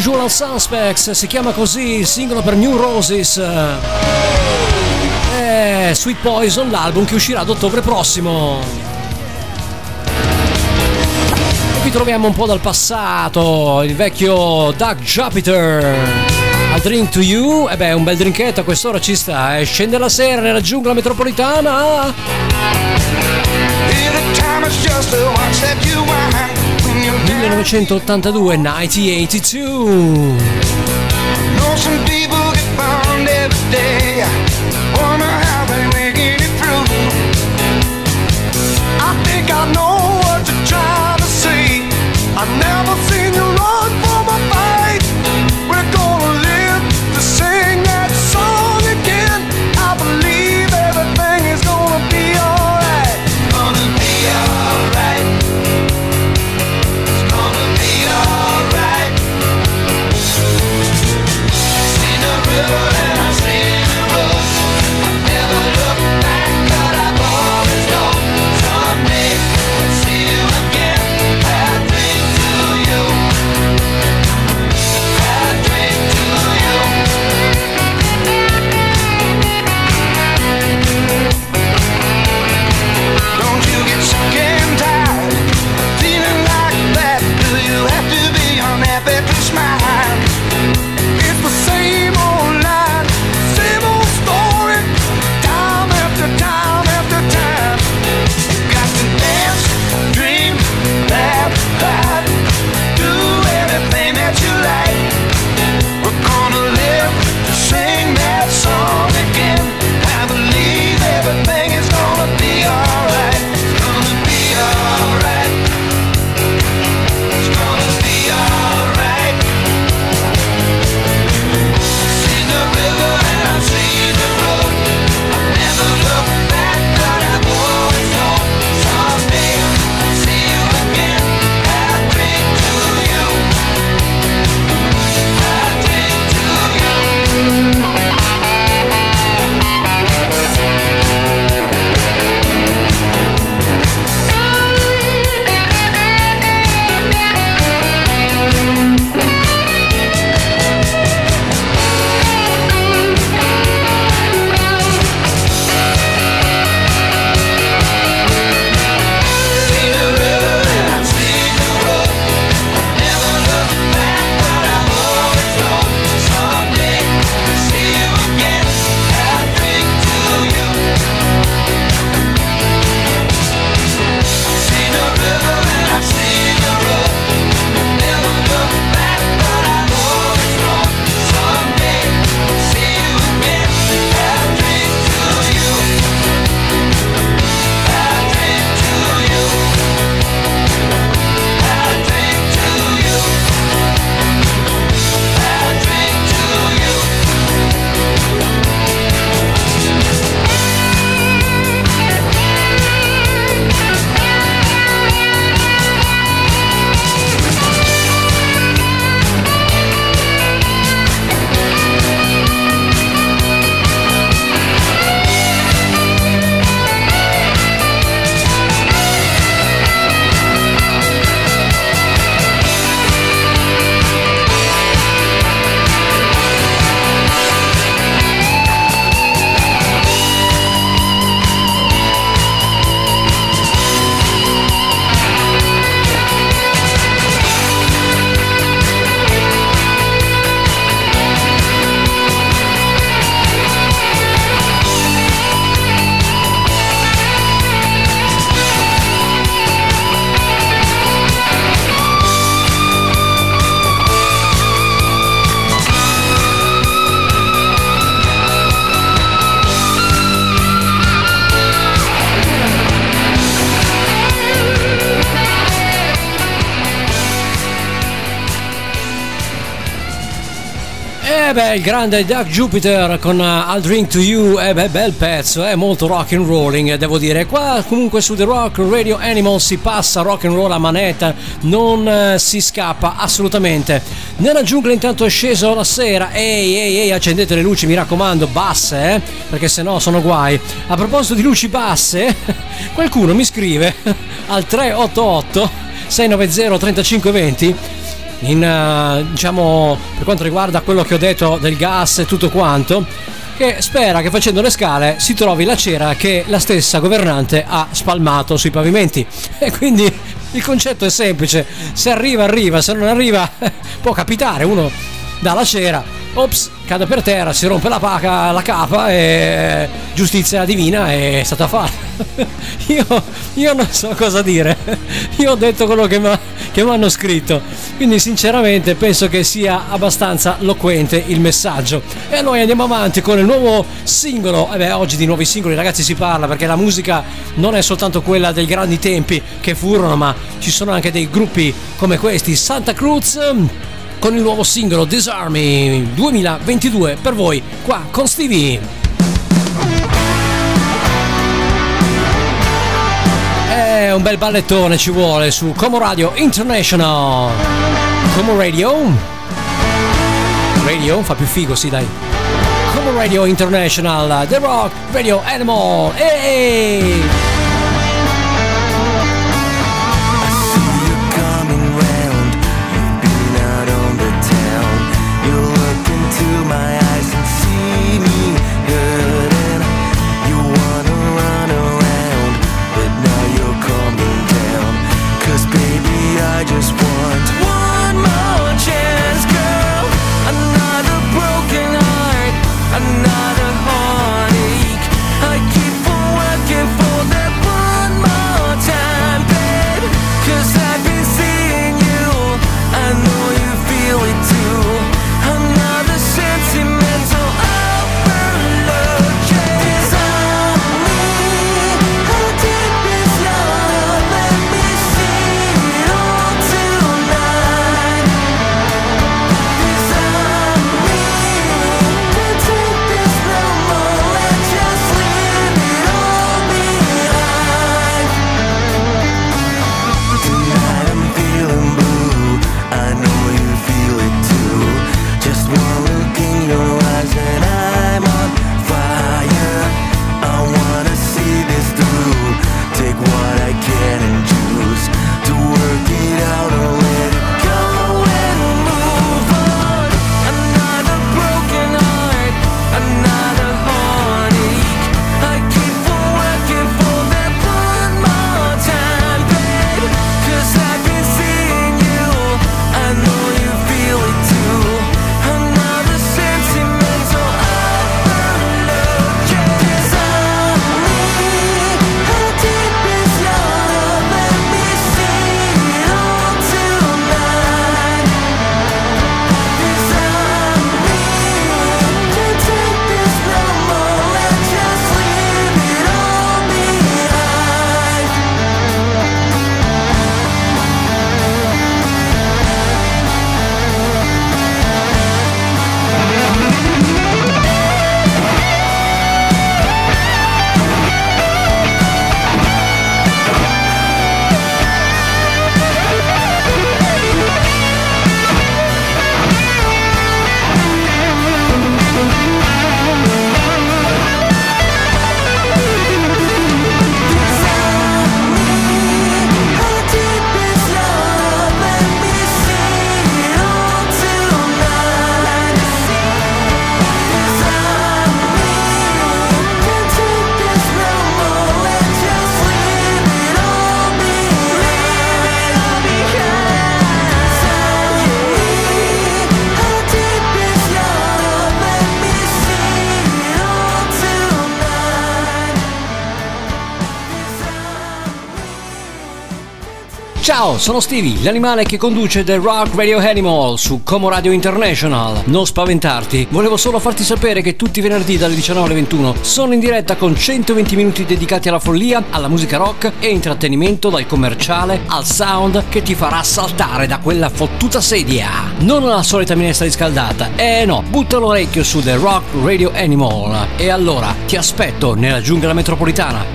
Usual Suspects, si chiama così il singolo per New Roses. Sweet Poison, l'album che uscirà ad ottobre prossimo. E qui troviamo un po' dal passato, il vecchio Doug Jupiter. Al Drink to You, un bel drinketto a quest'ora ci sta, scende la sera nella giungla metropolitana. 1982, 1982. I've never seen you run from a fight. We're gonna live to sing that song again. I believe everything is gonna be alright. Gonna be alright. It's gonna be alright. Seen the river and I've seen the road. I've never looked back, but I've always known someday I'll see you again. Il grande Doug Jupiter con I'll Drink to You, bel pezzo, è molto rock and rolling, devo dire. Qua comunque su The Rock Radio Animal si passa rock and roll a manetta, non si scappa assolutamente. Nella giungla intanto è sceso la sera, ehi, accendete le luci, mi raccomando, basse, perché sennò sono guai. A proposito di luci basse, qualcuno mi scrive al 388 690 3520 diciamo, per quanto riguarda quello che ho detto del gas e tutto quanto, che spera che facendo le scale si trovi la cera che la stessa governante ha spalmato sui pavimenti. E quindi il concetto è semplice: se arriva, se non arriva può capitare, uno dà la cera, ops, cade per terra, si rompe la capa e giustizia divina è stata fatta. Io non so cosa dire, io ho detto quello che mi hanno scritto, quindi sinceramente penso che sia abbastanza eloquente il messaggio. E noi andiamo avanti con il nuovo singolo. Oggi di nuovi singoli, ragazzi, si parla, perché la musica non è soltanto quella dei grandi tempi che furono, ma ci sono anche dei gruppi come questi, Santa Cruz, con il nuovo singolo Disarmy 2022 per voi qua con Stevie. Un bel ballettone ci vuole su Como Radio International. Como Radio fa più figo, sì, dai. Como Radio International, The Rock Radio Animal. Hey! Another heartache. I keep on working for that Ciao, sono Stevie, l'animale che conduce The Rock Radio Animal su Como Radio International. Non spaventarti, volevo solo farti sapere che tutti i venerdì dalle 19 alle 21 sono in diretta con 120 minuti dedicati alla follia, alla musica rock e intrattenimento, dal commerciale al sound che ti farà saltare da quella fottuta sedia. Non la solita minestra riscaldata, no, butta l'orecchio su The Rock Radio Animal. E allora ti aspetto nella giungla metropolitana.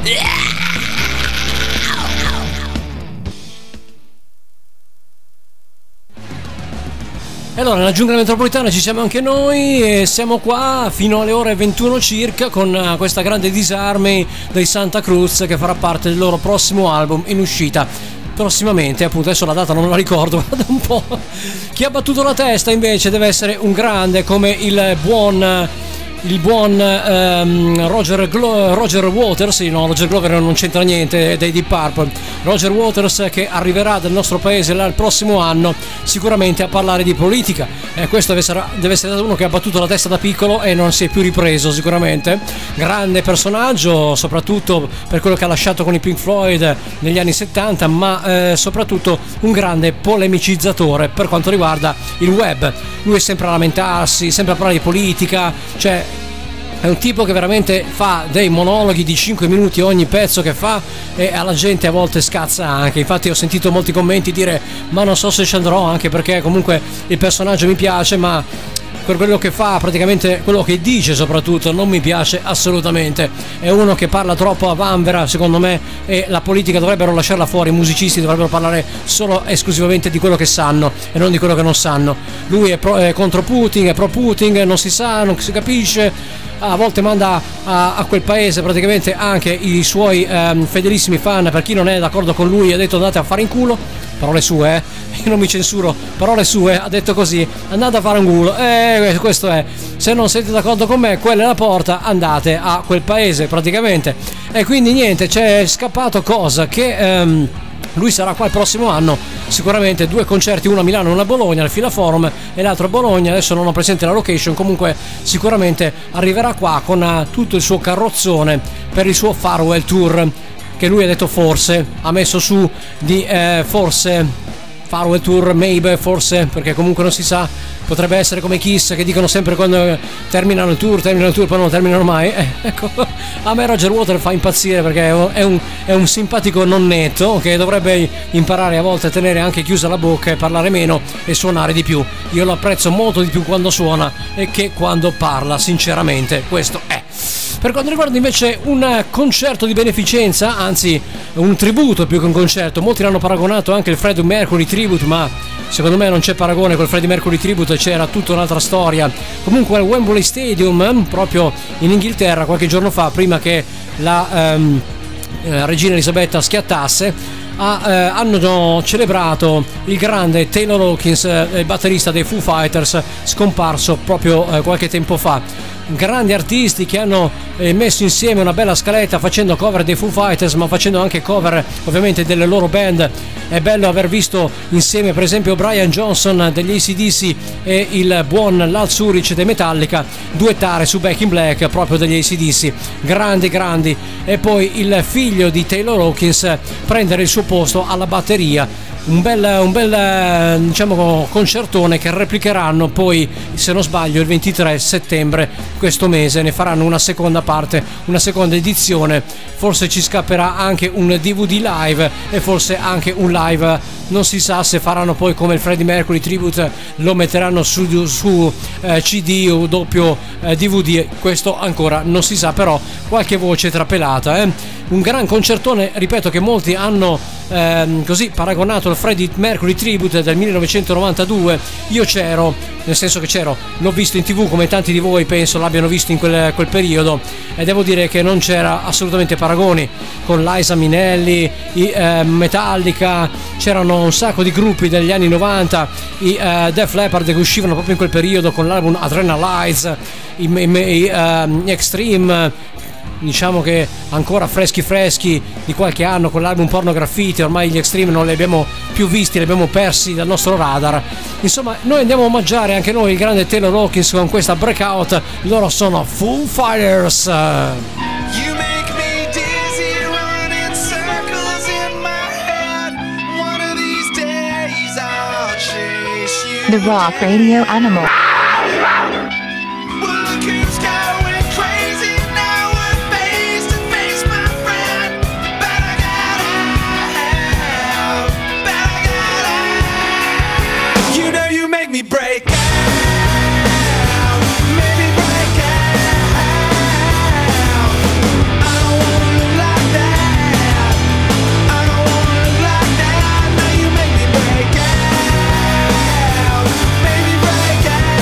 Allora, nella giungla metropolitana ci siamo anche noi e siamo qua fino alle ore 21 circa con questa grande Disarmy dei Santa Cruz che farà parte del loro prossimo album in uscita. prossimamente, appunto adesso la data non me la ricordo, guarda un po'. Chi ha battuto la testa invece deve essere un grande come il buon Roger Waters. No, Roger Glover non c'entra niente dei Deep Purple. Roger Waters, che arriverà del nostro paese il prossimo anno sicuramente a parlare di politica. Questo deve essere uno che ha battuto la testa da piccolo e non si è più ripreso sicuramente. Grande personaggio, soprattutto per quello che ha lasciato con i Pink Floyd negli anni 70, ma soprattutto un grande polemicizzatore per quanto riguarda il web. Lui è sempre a lamentarsi, sempre a parlare di politica, cioè è un tipo che veramente fa dei monologhi di 5 minuti ogni pezzo che fa, e alla gente a volte scazza anche. Infatti ho sentito molti commenti dire ma non so se ci andrò, anche perché comunque il personaggio mi piace, ma per quello che fa, praticamente quello che dice soprattutto, non mi piace assolutamente. È uno che parla troppo a vanvera secondo me, e la politica dovrebbero lasciarla fuori, i musicisti dovrebbero parlare solo esclusivamente di quello che sanno e non di quello che non sanno. Lui è contro Putin, è pro Putin, non si sa, non si capisce. A volte manda a quel paese praticamente anche i suoi fedelissimi fan. Per chi non è d'accordo con lui ha detto andate a fare in culo, parole sue, io non mi censuro, parole sue, ha detto così, andate a fare un culo, questo è, se non siete d'accordo con me, quella è la porta, andate a quel paese praticamente. E quindi niente, c'è scappato cosa che lui sarà qua il prossimo anno, sicuramente 2 concerti, uno a Milano e uno a Bologna al Filaforum e l'altro a Bologna. Adesso non ho presente la location, comunque sicuramente arriverà qua con tutto il suo carrozzone per il suo Farewell Tour, che lui ha detto forse, ha messo su di forse Farewell Tour, maybe, forse, perché comunque non si sa, potrebbe essere come Kiss che dicono sempre quando terminano il tour poi non terminano mai. Ecco, a me Roger Waters fa impazzire perché è un simpatico nonnetto che dovrebbe imparare a volte a tenere anche chiusa la bocca e parlare meno e suonare di più. Io lo apprezzo molto di più quando suona e che quando parla, sinceramente, questo è. Per quanto riguarda invece un concerto di beneficenza, anzi un tributo più che un concerto, molti l'hanno paragonato anche il Freddie Mercury Tribute, ma secondo me non c'è paragone col Freddie Mercury Tribute, c'era tutta un'altra storia. Comunque al Wembley Stadium, proprio in Inghilterra, qualche giorno fa, prima che la regina Elisabetta schiattasse, hanno celebrato il grande Taylor Hawkins, il batterista dei Foo Fighters, scomparso proprio qualche tempo fa. Grandi artisti che hanno messo insieme una bella scaletta facendo cover dei Foo Fighters, ma facendo anche cover ovviamente delle loro band. È bello aver visto insieme per esempio Brian Johnson degli AC/DC e il buon Lars Ulrich dei Metallica duettare su Back in Black proprio degli AC/DC. Grandi. E poi il figlio di Taylor Hawkins prendere il suo posto alla batteria. Un bel diciamo concertone che replicheranno poi, se non sbaglio, il 23 settembre questo mese. Ne faranno una seconda parte, una seconda edizione. Forse ci scapperà anche un DVD live e forse anche un live, non si sa se faranno poi come il Freddie Mercury Tribute, lo metteranno su CD o doppio DVD, questo ancora non si sa, però qualche voce trapelata. Un gran concertone, ripeto, che molti hanno così paragonato al Freddie Mercury Tribute del 1992. Io c'ero, nel senso che c'ero, l'ho visto in TV come tanti di voi penso l'abbiano visto in quel periodo, e devo dire che non c'era assolutamente paragoni con Liza Minnelli, i Metallica, c'erano un sacco di gruppi degli anni 90, i Def Leppard che uscivano proprio in quel periodo con l'album Adrenalize, i Extreme, diciamo che ancora freschi di qualche anno con l'album Porno Graffiti. Ormai gli Extreme non li abbiamo più visti, li abbiamo persi dal nostro radar. Insomma, noi andiamo a omaggiare anche noi il grande Taylor Hawkins con questa Breakout. Loro sono Foo Fighters. You make me dizzy, running circles in my head. One of these days I'll chase you. The Rock Radio Animal. Well, look who's going crazy now. We're face to face, my friend. Better get out. You know you make me break out. Make me break out. I don't wanna look like that. I don't wanna look like that. Now you make me break out. Make me break out.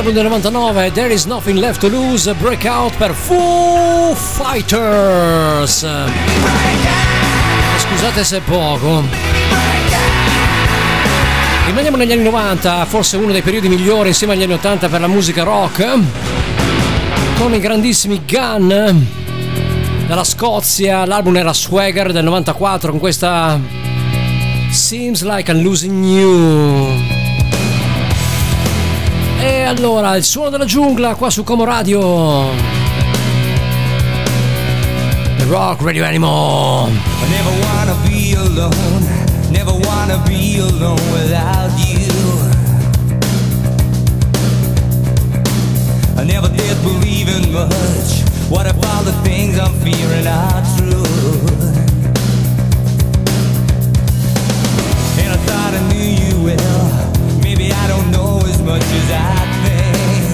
dall'album del 99, There is Nothing Left to Lose, Breakout per Foo Fighters. Scusate se è poco. Rimaniamo negli anni 90, forse uno dei periodi migliori insieme agli anni 80 per la musica rock, con i grandissimi Gun dalla Scozia. L'album era Swagger del 94 con questa Seems Like I'm Losing You. E allora il suono della giungla qua su Como Radio, The Rock Radio Animal. I never wanna be alone, never wanna be alone without you. I never did believe in much. What if all the things I'm fearing are true? And I thought I knew you well. Maybe I don't know as much as I think.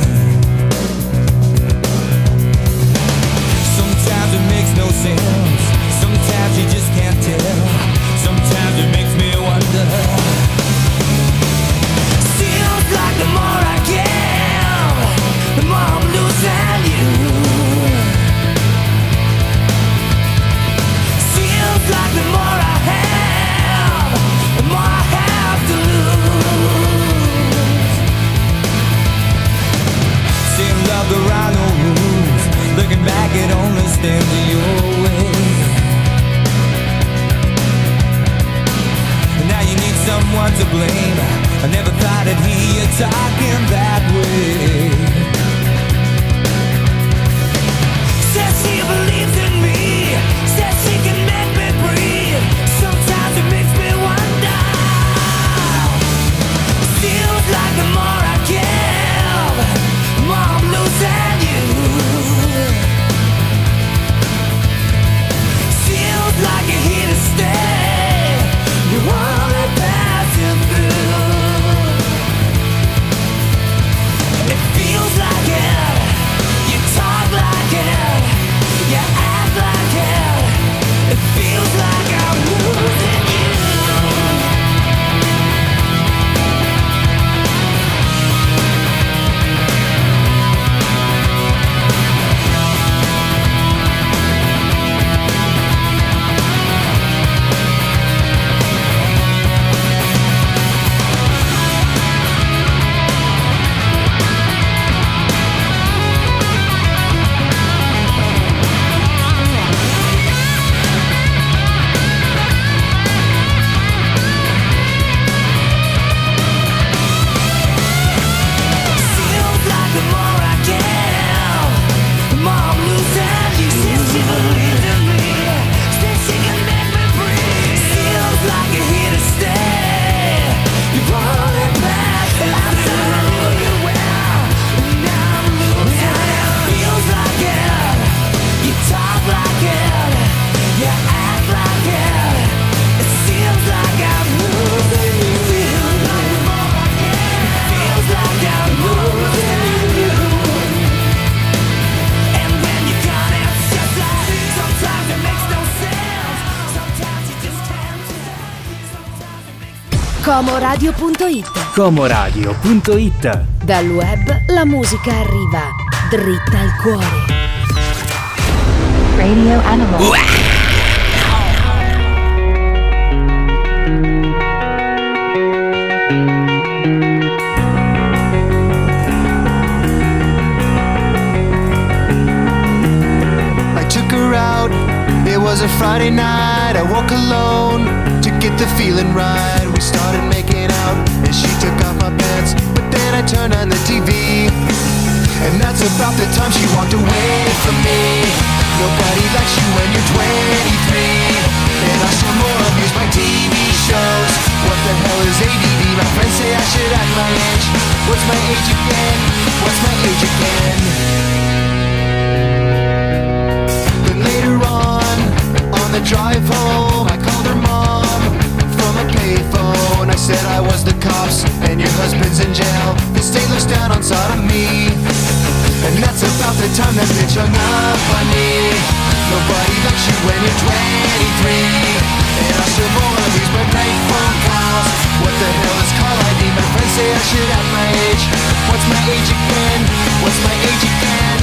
Sometimes it makes no sense. Sometimes you just can't tell. Sometimes it makes me wonder. Seems like the more I give, the more I'm losing you. Seems like the more I have, the more I have to lose. Seems like there are no rules. Looking back, it only stands in your way. And now you need someone to blame. I never thought I'd hear you talking that way. Says she believes in me, says she can make me breathe. Sometimes it makes me wonder. Feels like the more I give, the more I'm losing you. Feels like you're here to stay. You're only passing through. It feels like it. You talk like it. You act like it. It feels like I'm losing you. Comoradio.it. Comoradio.it. Dal web la musica arriva dritta al cuore. Radio Animal. I took her out, it was a Friday night. I woke alone to get the feeling right. We started making out and she took off my pants, but then I turned on the TV, and that's about the time she walked away from me. Nobody likes you when you're 23, and I still more abuse my TV shows. What the hell is ADD? My friends say I should act my age. What's my age again? What's my age again? Then later on the drive home, I called her mom from a payphone. I said I was the cops and your husband's in jail. The state looks down on sodomy, and that's about the time that bitch hung up on me. Nobody likes you when you're 23, and I still wanna lose my prank phone calls. What the hell is call ID? My friends say I should act my age. What's my age again? What's my age again?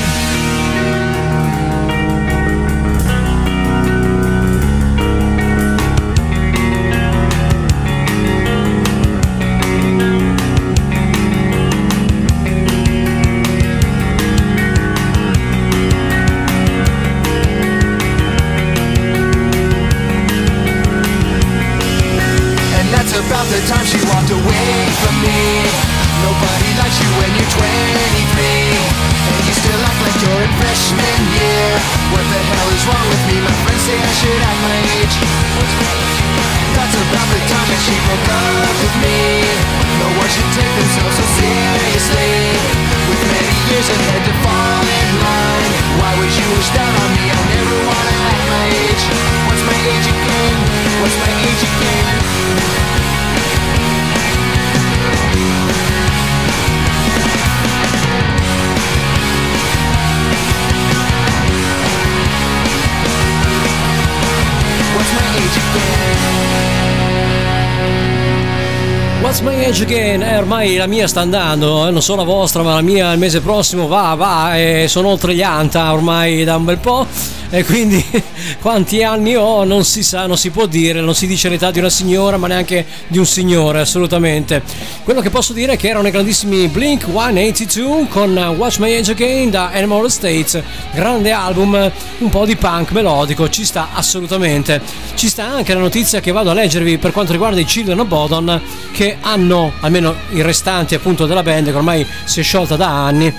About the time she walked away from me. Nobody likes you when you're 23, and you still act like you're in freshman year. What the hell is wrong with me? My friends say I should act my age. That's about the time that she broke up with me. No one should take themselves so seriously, with many years ahead to fall in line. Why would you wish down on me? I never wanna act my age. What's my age again? What's my age again? What's my age again? Ormai la mia sta andando, non so la vostra, ma la mia il mese prossimo va, e sono oltre gli anta ormai da un bel po', e quindi quanti anni ho non si sa, non si può dire, non si dice l'età di una signora ma neanche di un signore, assolutamente. Quello che posso dire è che erano i grandissimi Blink 182 con What's My Age Again da Animal States, grande album, un po' di punk melodico, ci sta assolutamente. Ci sta anche la notizia che vado a leggervi per quanto riguarda i Children of Bodom, che hanno, almeno i restanti appunto della band, che ormai si è sciolta da anni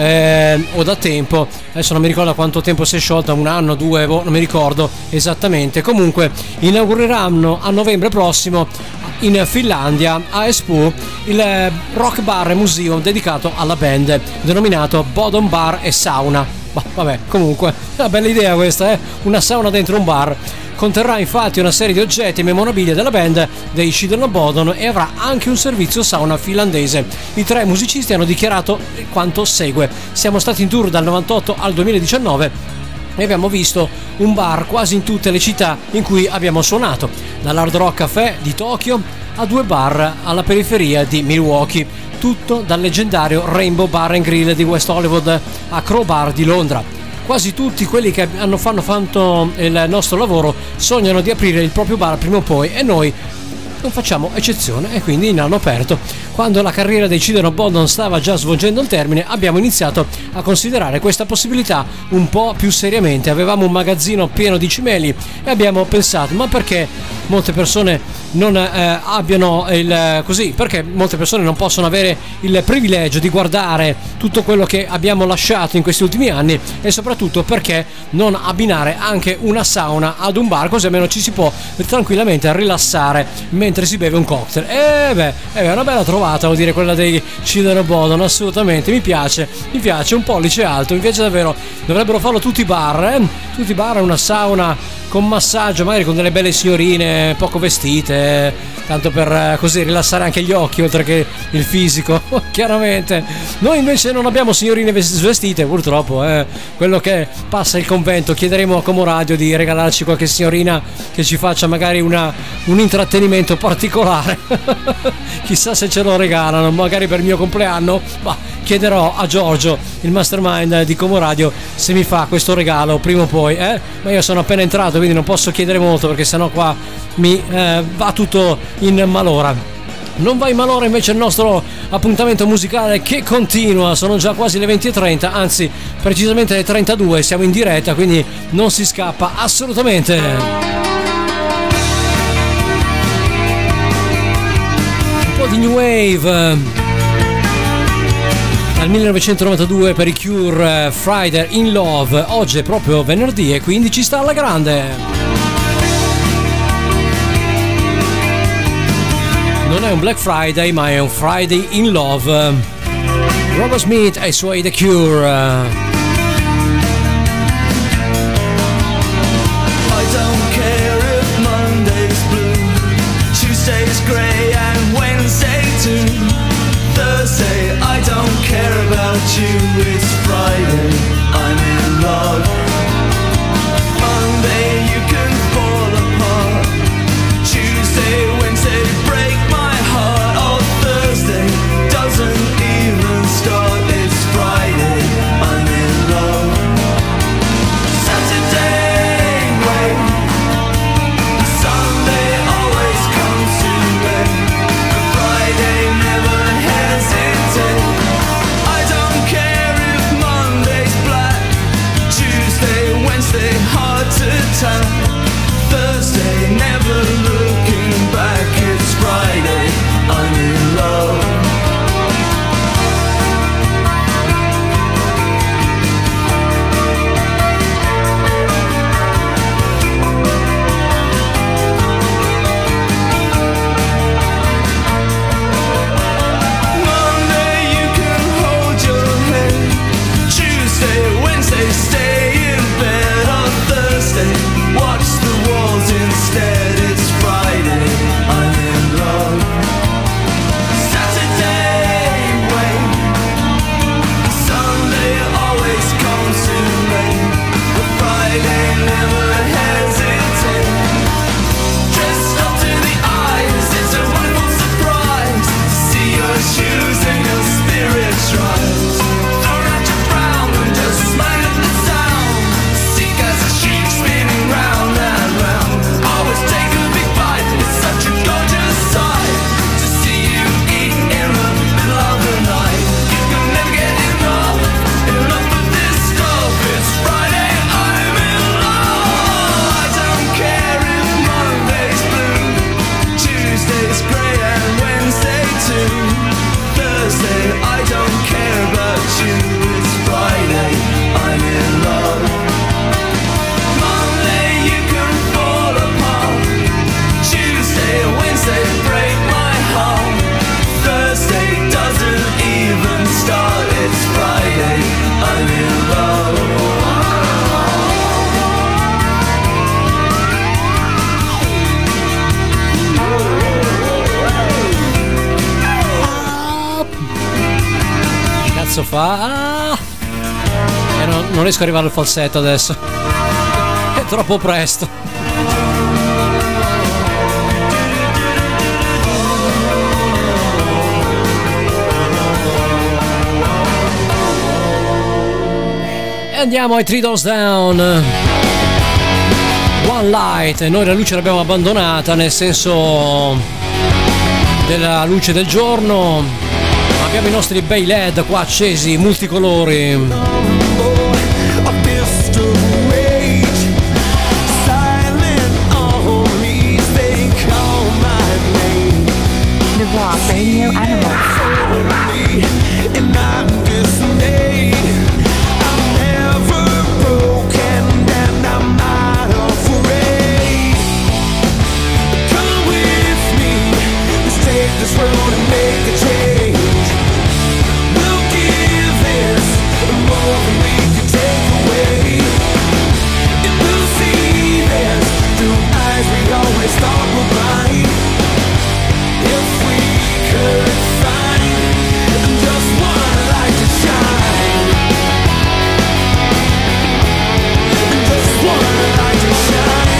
o da tempo, adesso non mi ricordo quanto tempo si è sciolta, un anno, due, non mi ricordo esattamente. Comunque inaugureranno a novembre prossimo in Finlandia, a Espoo, il rock bar e museum dedicato alla band, denominato Bodom Bar e Sauna. Vabbè, comunque è una bella idea questa, una sauna dentro un bar. Conterrà infatti una serie di oggetti e memorabilia della band dei Children of Bodom e avrà anche un servizio sauna finlandese. I tre musicisti hanno dichiarato quanto segue: siamo stati in tour dal 98 al 2019 e abbiamo visto un bar quasi in tutte le città in cui abbiamo suonato, dall'Hard Rock Café di Tokyo a due bar alla periferia di Milwaukee, tutto dal leggendario Rainbow Bar and Grill di West Hollywood a Crow Bar di Londra. Quasi tutti quelli che hanno fatto il nostro lavoro sognano di aprire il proprio bar prima o poi, e noi non facciamo eccezione, e quindi ne hanno aperto. Quando la carriera dei Children of Bodom stava già svolgendo il termine, abbiamo iniziato a considerare questa possibilità un po' più seriamente. Avevamo un magazzino pieno di cimeli e abbiamo pensato: ma perché molte persone non abbiano perché molte persone non possono avere il privilegio di guardare tutto quello che abbiamo lasciato in questi ultimi anni, e soprattutto perché non abbinare anche una sauna ad un bar, così almeno ci si può tranquillamente rilassare mentre si beve un cocktail. È una bella trovata, vuol dire, quella dei Children of Bodom, assolutamente. Mi piace un pollice alto, mi piace davvero. Dovrebbero farlo tutti i bar, una sauna con massaggio, magari con delle belle signorine poco vestite, tanto per così rilassare anche gli occhi oltre che il fisico. Chiaramente noi invece non abbiamo signorine svestite, purtroppo, quello che passa il convento. Chiederemo a Como Radio di regalarci qualche signorina che ci faccia magari un intrattenimento particolare. Chissà se ce lo regalano, magari per il mio compleanno. Chiederò a Giorgio, il mastermind di Como Radio, se mi fa questo regalo prima o poi, ma io sono appena entrato, quindi non posso chiedere molto, perché sennò qua mi va tutto in malora. Non va in malora invece il nostro appuntamento musicale, che continua. Sono già quasi le 20:30, anzi precisamente le 32, siamo in diretta, quindi non si scappa assolutamente. Un po' di New Wave dal 1992 per i Cure, Friday in Love. Oggi è proprio venerdì e quindi ci sta alla grande. Non è un Black Friday, ma è un Friday in Love. Robert Smith e i suoi The Cure. I don't care if Monday's blue, Tuesday's grey and Wednesday too. Thursday, I don't care about you, it's Friday, I'm in love. Monday, you can fall apart. Tuesday, Wednesday, break my heart. Oh, Thursday doesn't even start. adesso fa non riesco ad arrivare al falsetto adesso, è troppo presto. E andiamo ai Three Doors Down, One Light. Noi la luce l'abbiamo abbandonata, nel senso della luce del giorno. Abbiamo i nostri bei LED qua accesi, multicolori. The Rock Radio Animal. This road and make a change. We'll give this more than we can take away. And we'll see this through eyes we always thought were blind. If we could find just one light to shine, just one light to shine.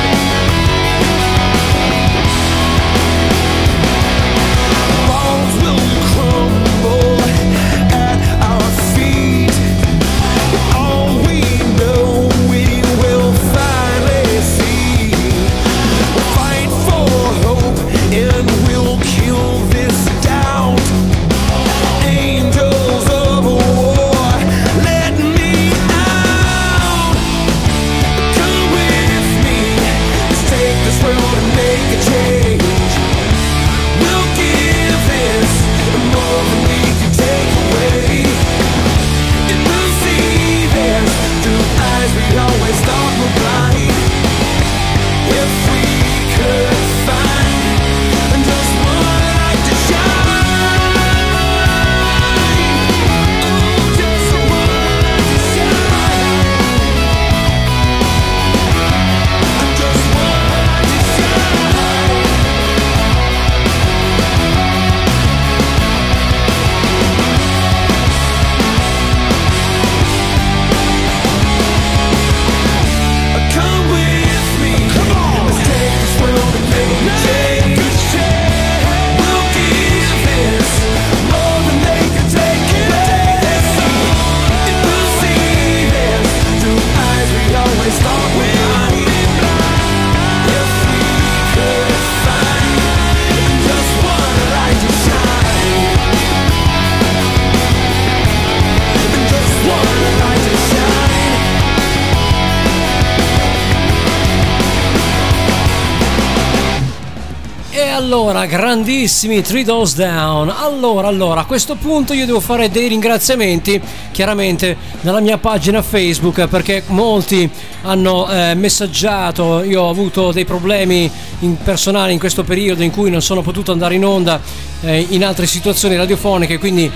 Allora, grandissimi Three Doors Down. Allora, a questo punto io devo fare dei ringraziamenti, chiaramente, dalla mia pagina Facebook, perché molti hanno messaggiato. Io ho avuto dei problemi personali in questo periodo in cui non sono potuto andare in onda in altre situazioni radiofoniche, quindi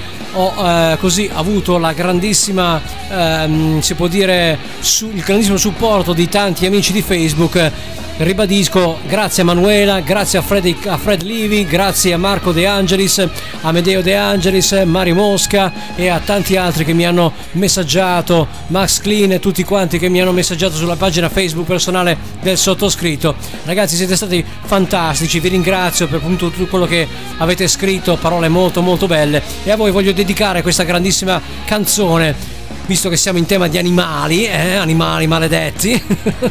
ho così avuto la grandissima, si può dire, il grandissimo supporto di tanti amici di Facebook. Ribadisco, grazie a Manuela, grazie a Fred Livi, grazie a Marco De Angelis, a Amedeo De Angelis, Mario Mosca e a tanti altri che mi hanno messaggiato, Max Clean e tutti quanti che mi hanno messaggiato sulla pagina Facebook personale del sottoscritto. Ragazzi, siete stati fantastici, vi ringrazio per tutto quello che avete scritto, parole molto molto belle, e a voi voglio dedicare questa grandissima canzone. Visto che siamo in tema di animali, animali maledetti,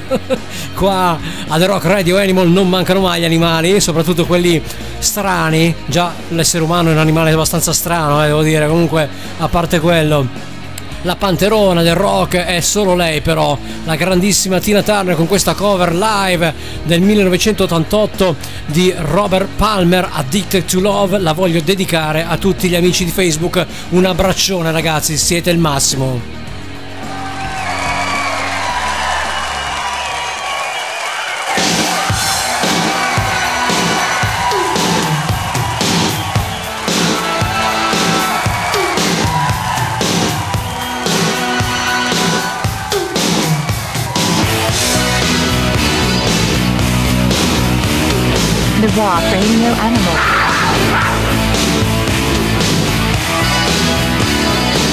qua a The Rock Radio Animal non mancano mai gli animali, soprattutto quelli strani. Già l'essere umano è un animale abbastanza strano, devo dire. Comunque, a parte quello, la panterona del rock è solo lei, però, la grandissima Tina Turner, con questa cover live del 1988 di Robert Palmer, Addicted to Love. La voglio dedicare a tutti gli amici di Facebook. Un abbraccione, ragazzi, siete il massimo. The Rock Radio Animal.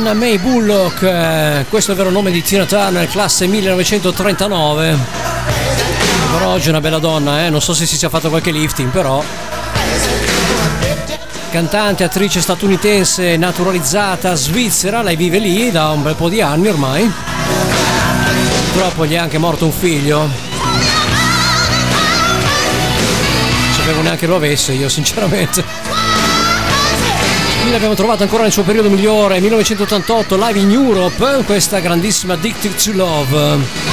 Anna May Bullock, questo è il vero nome di Tina Turner, classe 1939. Però oggi è una bella donna, non so se si sia fatto qualche lifting, però. Cantante, attrice statunitense, naturalizzata svizzera, lei vive lì da un bel po' di anni ormai. Purtroppo gli è anche morto un figlio. Non sapevo neanche lo avesse io, sinceramente. Qui l'abbiamo trovata ancora nel suo periodo migliore, 1988, live in Europe, questa grandissima Addicted to Love.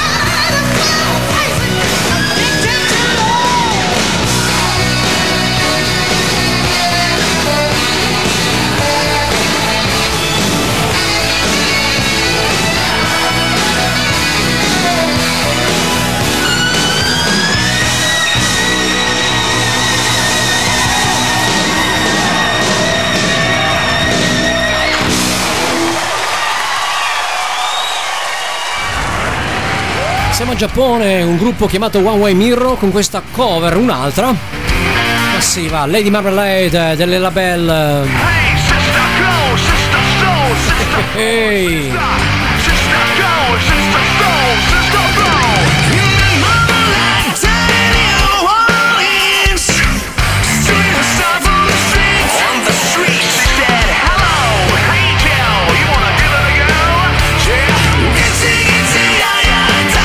Siamo a Giappone, un gruppo chiamato One Way Mirror con questa cover, un'altra. Massiva, Lady Marmalade delle Label. Hey, sister, go, sister, soul, sister, Hey. sister, go, sister, soul, sister, go. Marmalade, tiny New Orleans. Street herself on the streets. On the streets. She said, hello, hey, Joe, you wanna give it a go? Yeah. Gitsy, gitsy, yeah, yeah.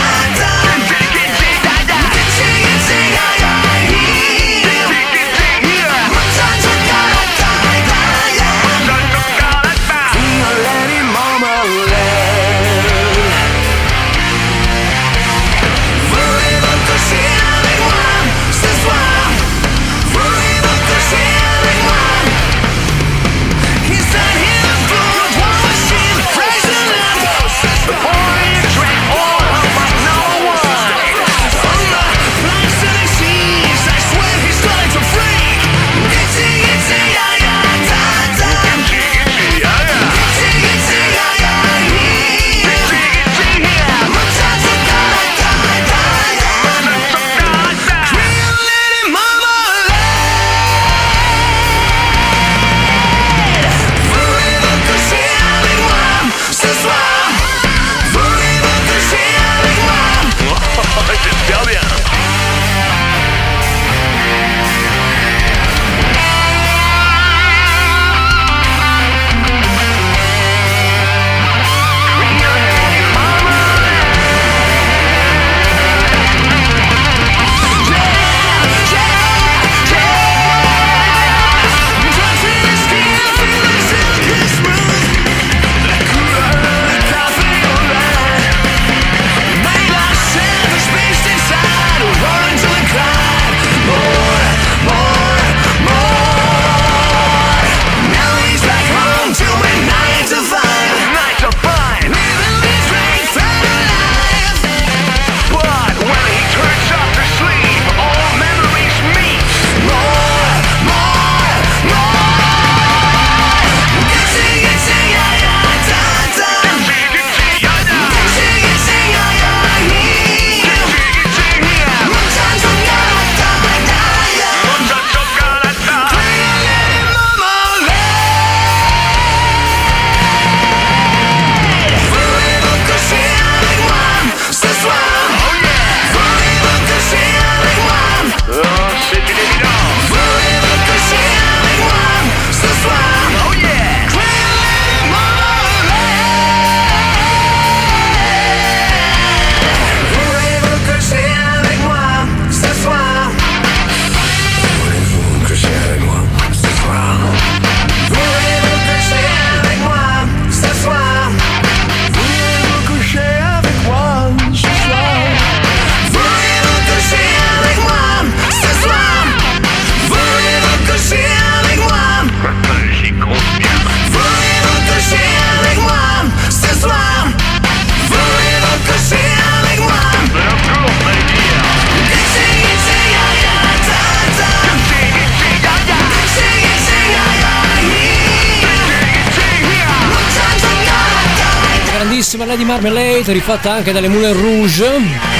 Lady Marmalade, rifatta anche dalle Moulin Rouge,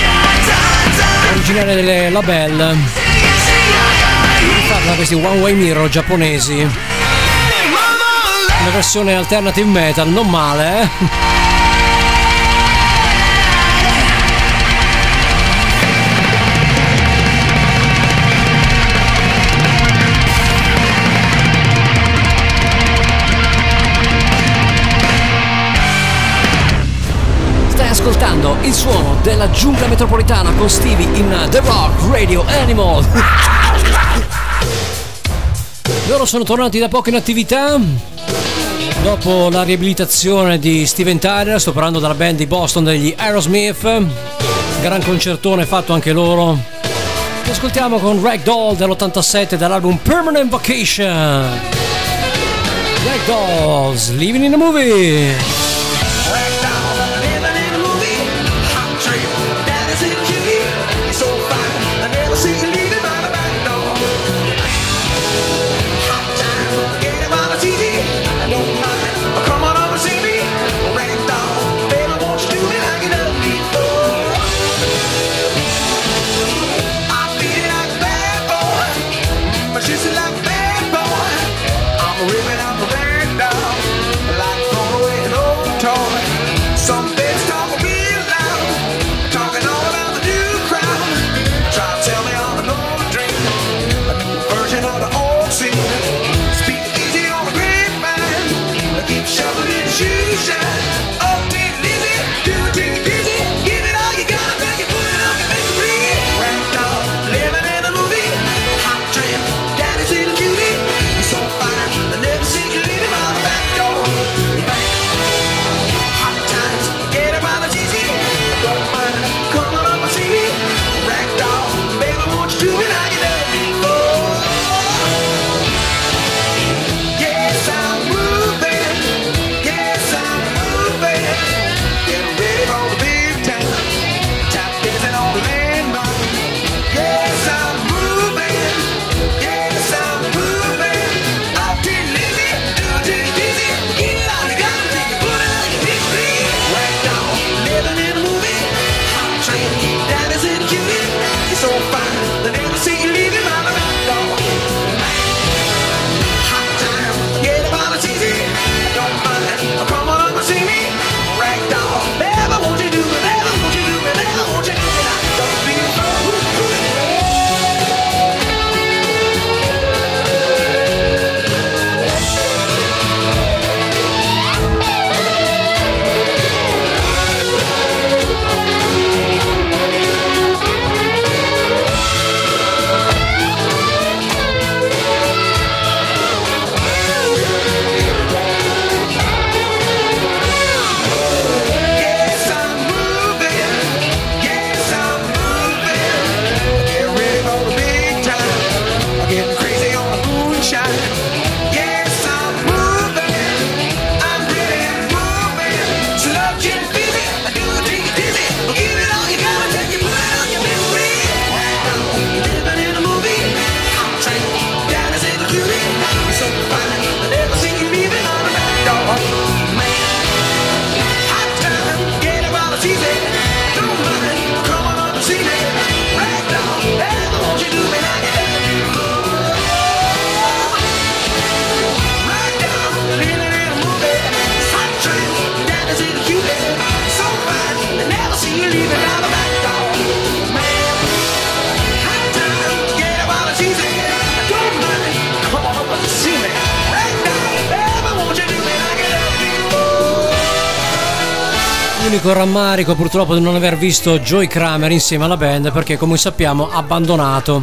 originaria delle Label, rifatta da questi One Way Mirror giapponesi. Una versione alternative metal, non male, eh? Ascoltando il suono della giungla metropolitana con Stevie in The Rock Radio Animal. Loro sono tornati da poco in attività dopo la riabilitazione di Steven Tyler. Sto parlando della band di Boston degli Aerosmith. Gran concertone fatto anche loro. Li ascoltiamo con Ragdoll dell'87 dall'album Permanent Vacation. Ragdolls, Living in a Movie. L'unico rammarico purtroppo di non aver visto Joey Kramer insieme alla band, perché come sappiamo ha abbandonato.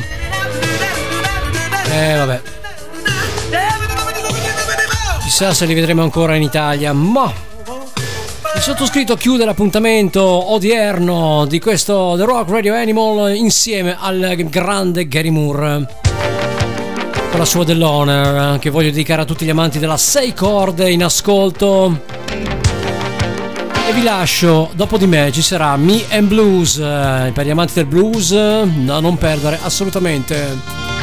Vabbè. Chissà se li vedremo ancora in Italia, ma il sottoscritto chiude l'appuntamento odierno di questo The Rock Radio Animal insieme al grande Gary Moore con la sua dell'Honor, che voglio dedicare a tutti gli amanti della 6 corde in ascolto. E vi lascio, dopo di me ci sarà Me and Blues, per gli amanti del blues da non perdere assolutamente.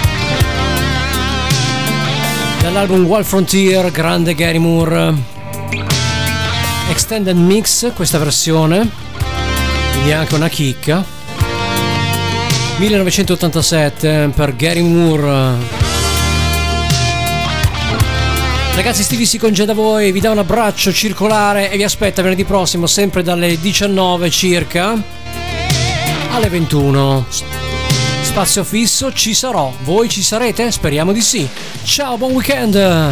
Dall'album Wild Frontier, grande Gary Moore, Extended Mix, questa versione, quindi anche una chicca. 1987 per Gary Moore. Ragazzi, Stevie si congeda da voi, vi dà un abbraccio circolare e vi aspetta venerdì prossimo, sempre dalle 19 circa alle 21. Spazio fisso, ci sarò. Voi ci sarete? Speriamo di sì. Ciao, buon weekend!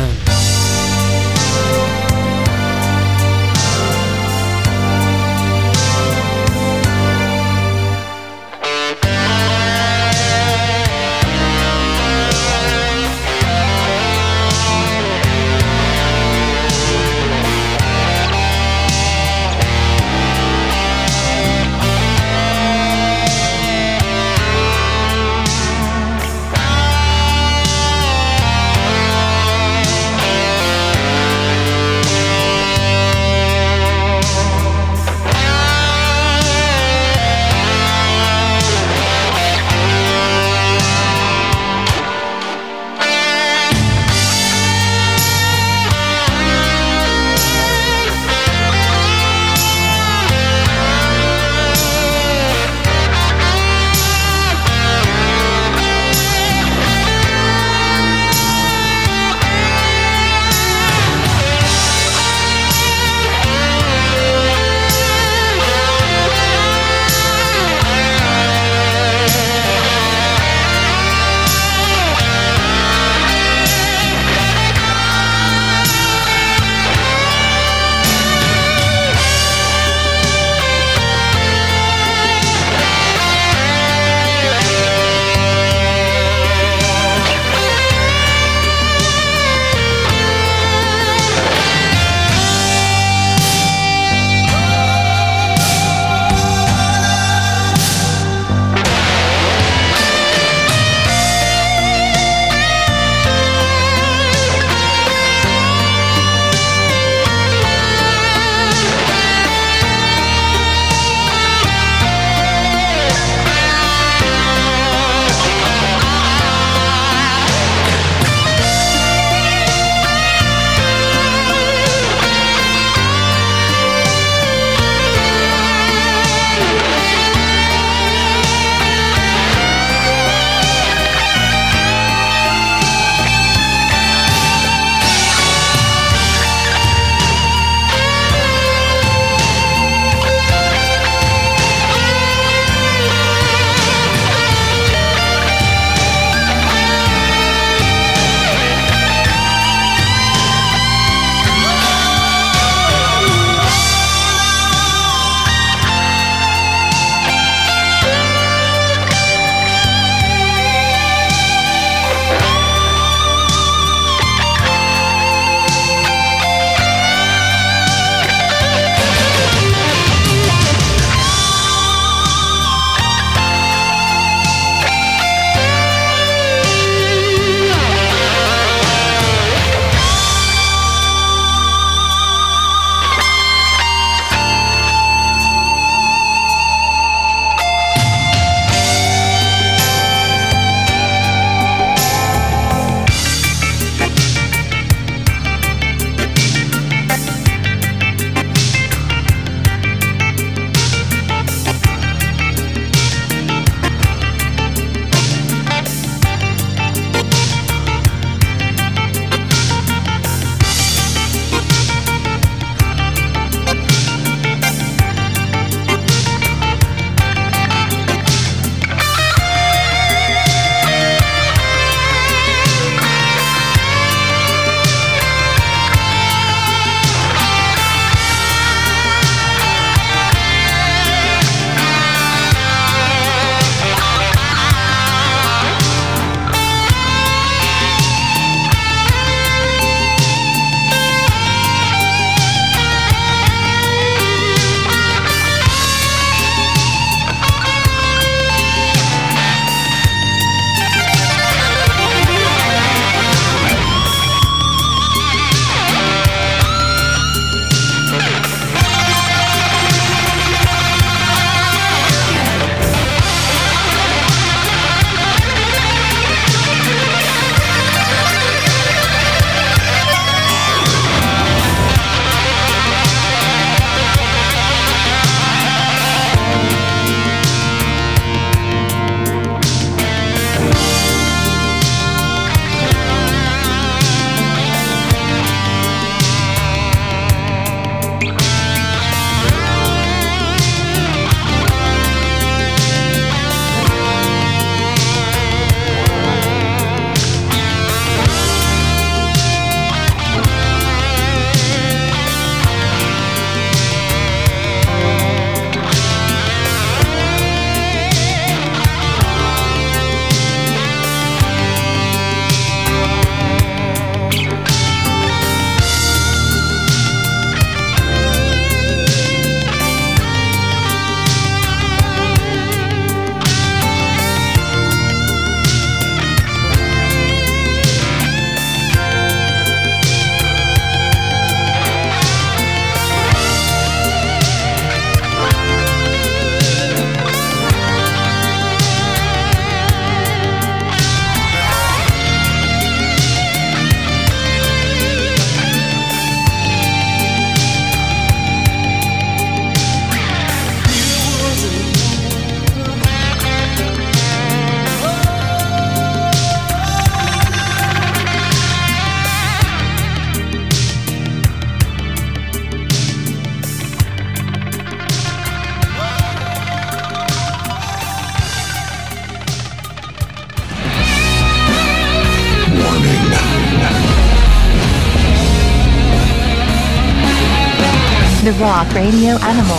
The Rock Radio Animal.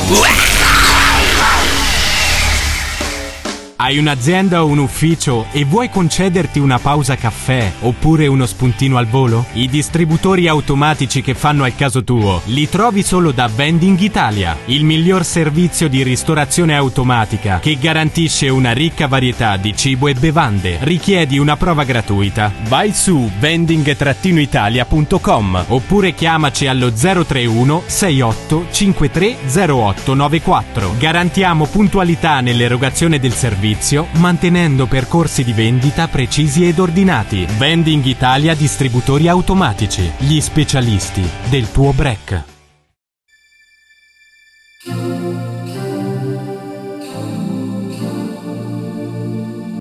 Hai un'azienda o un ufficio e vuoi concederti una pausa caffè oppure uno spuntino al volo? I distributori automatici che fanno al caso tuo li trovi solo da Vending Italia, il miglior servizio di ristorazione automatica che garantisce una ricca varietà di cibo e bevande. Richiedi una prova gratuita? Vai su vending-italia.com oppure chiamaci allo 031 68 53 08 94. Garantiamo puntualità nell'erogazione del servizio, mantenendo percorsi di vendita precisi ed ordinati. Vending Italia Distributori Automatici, gli specialisti del tuo break.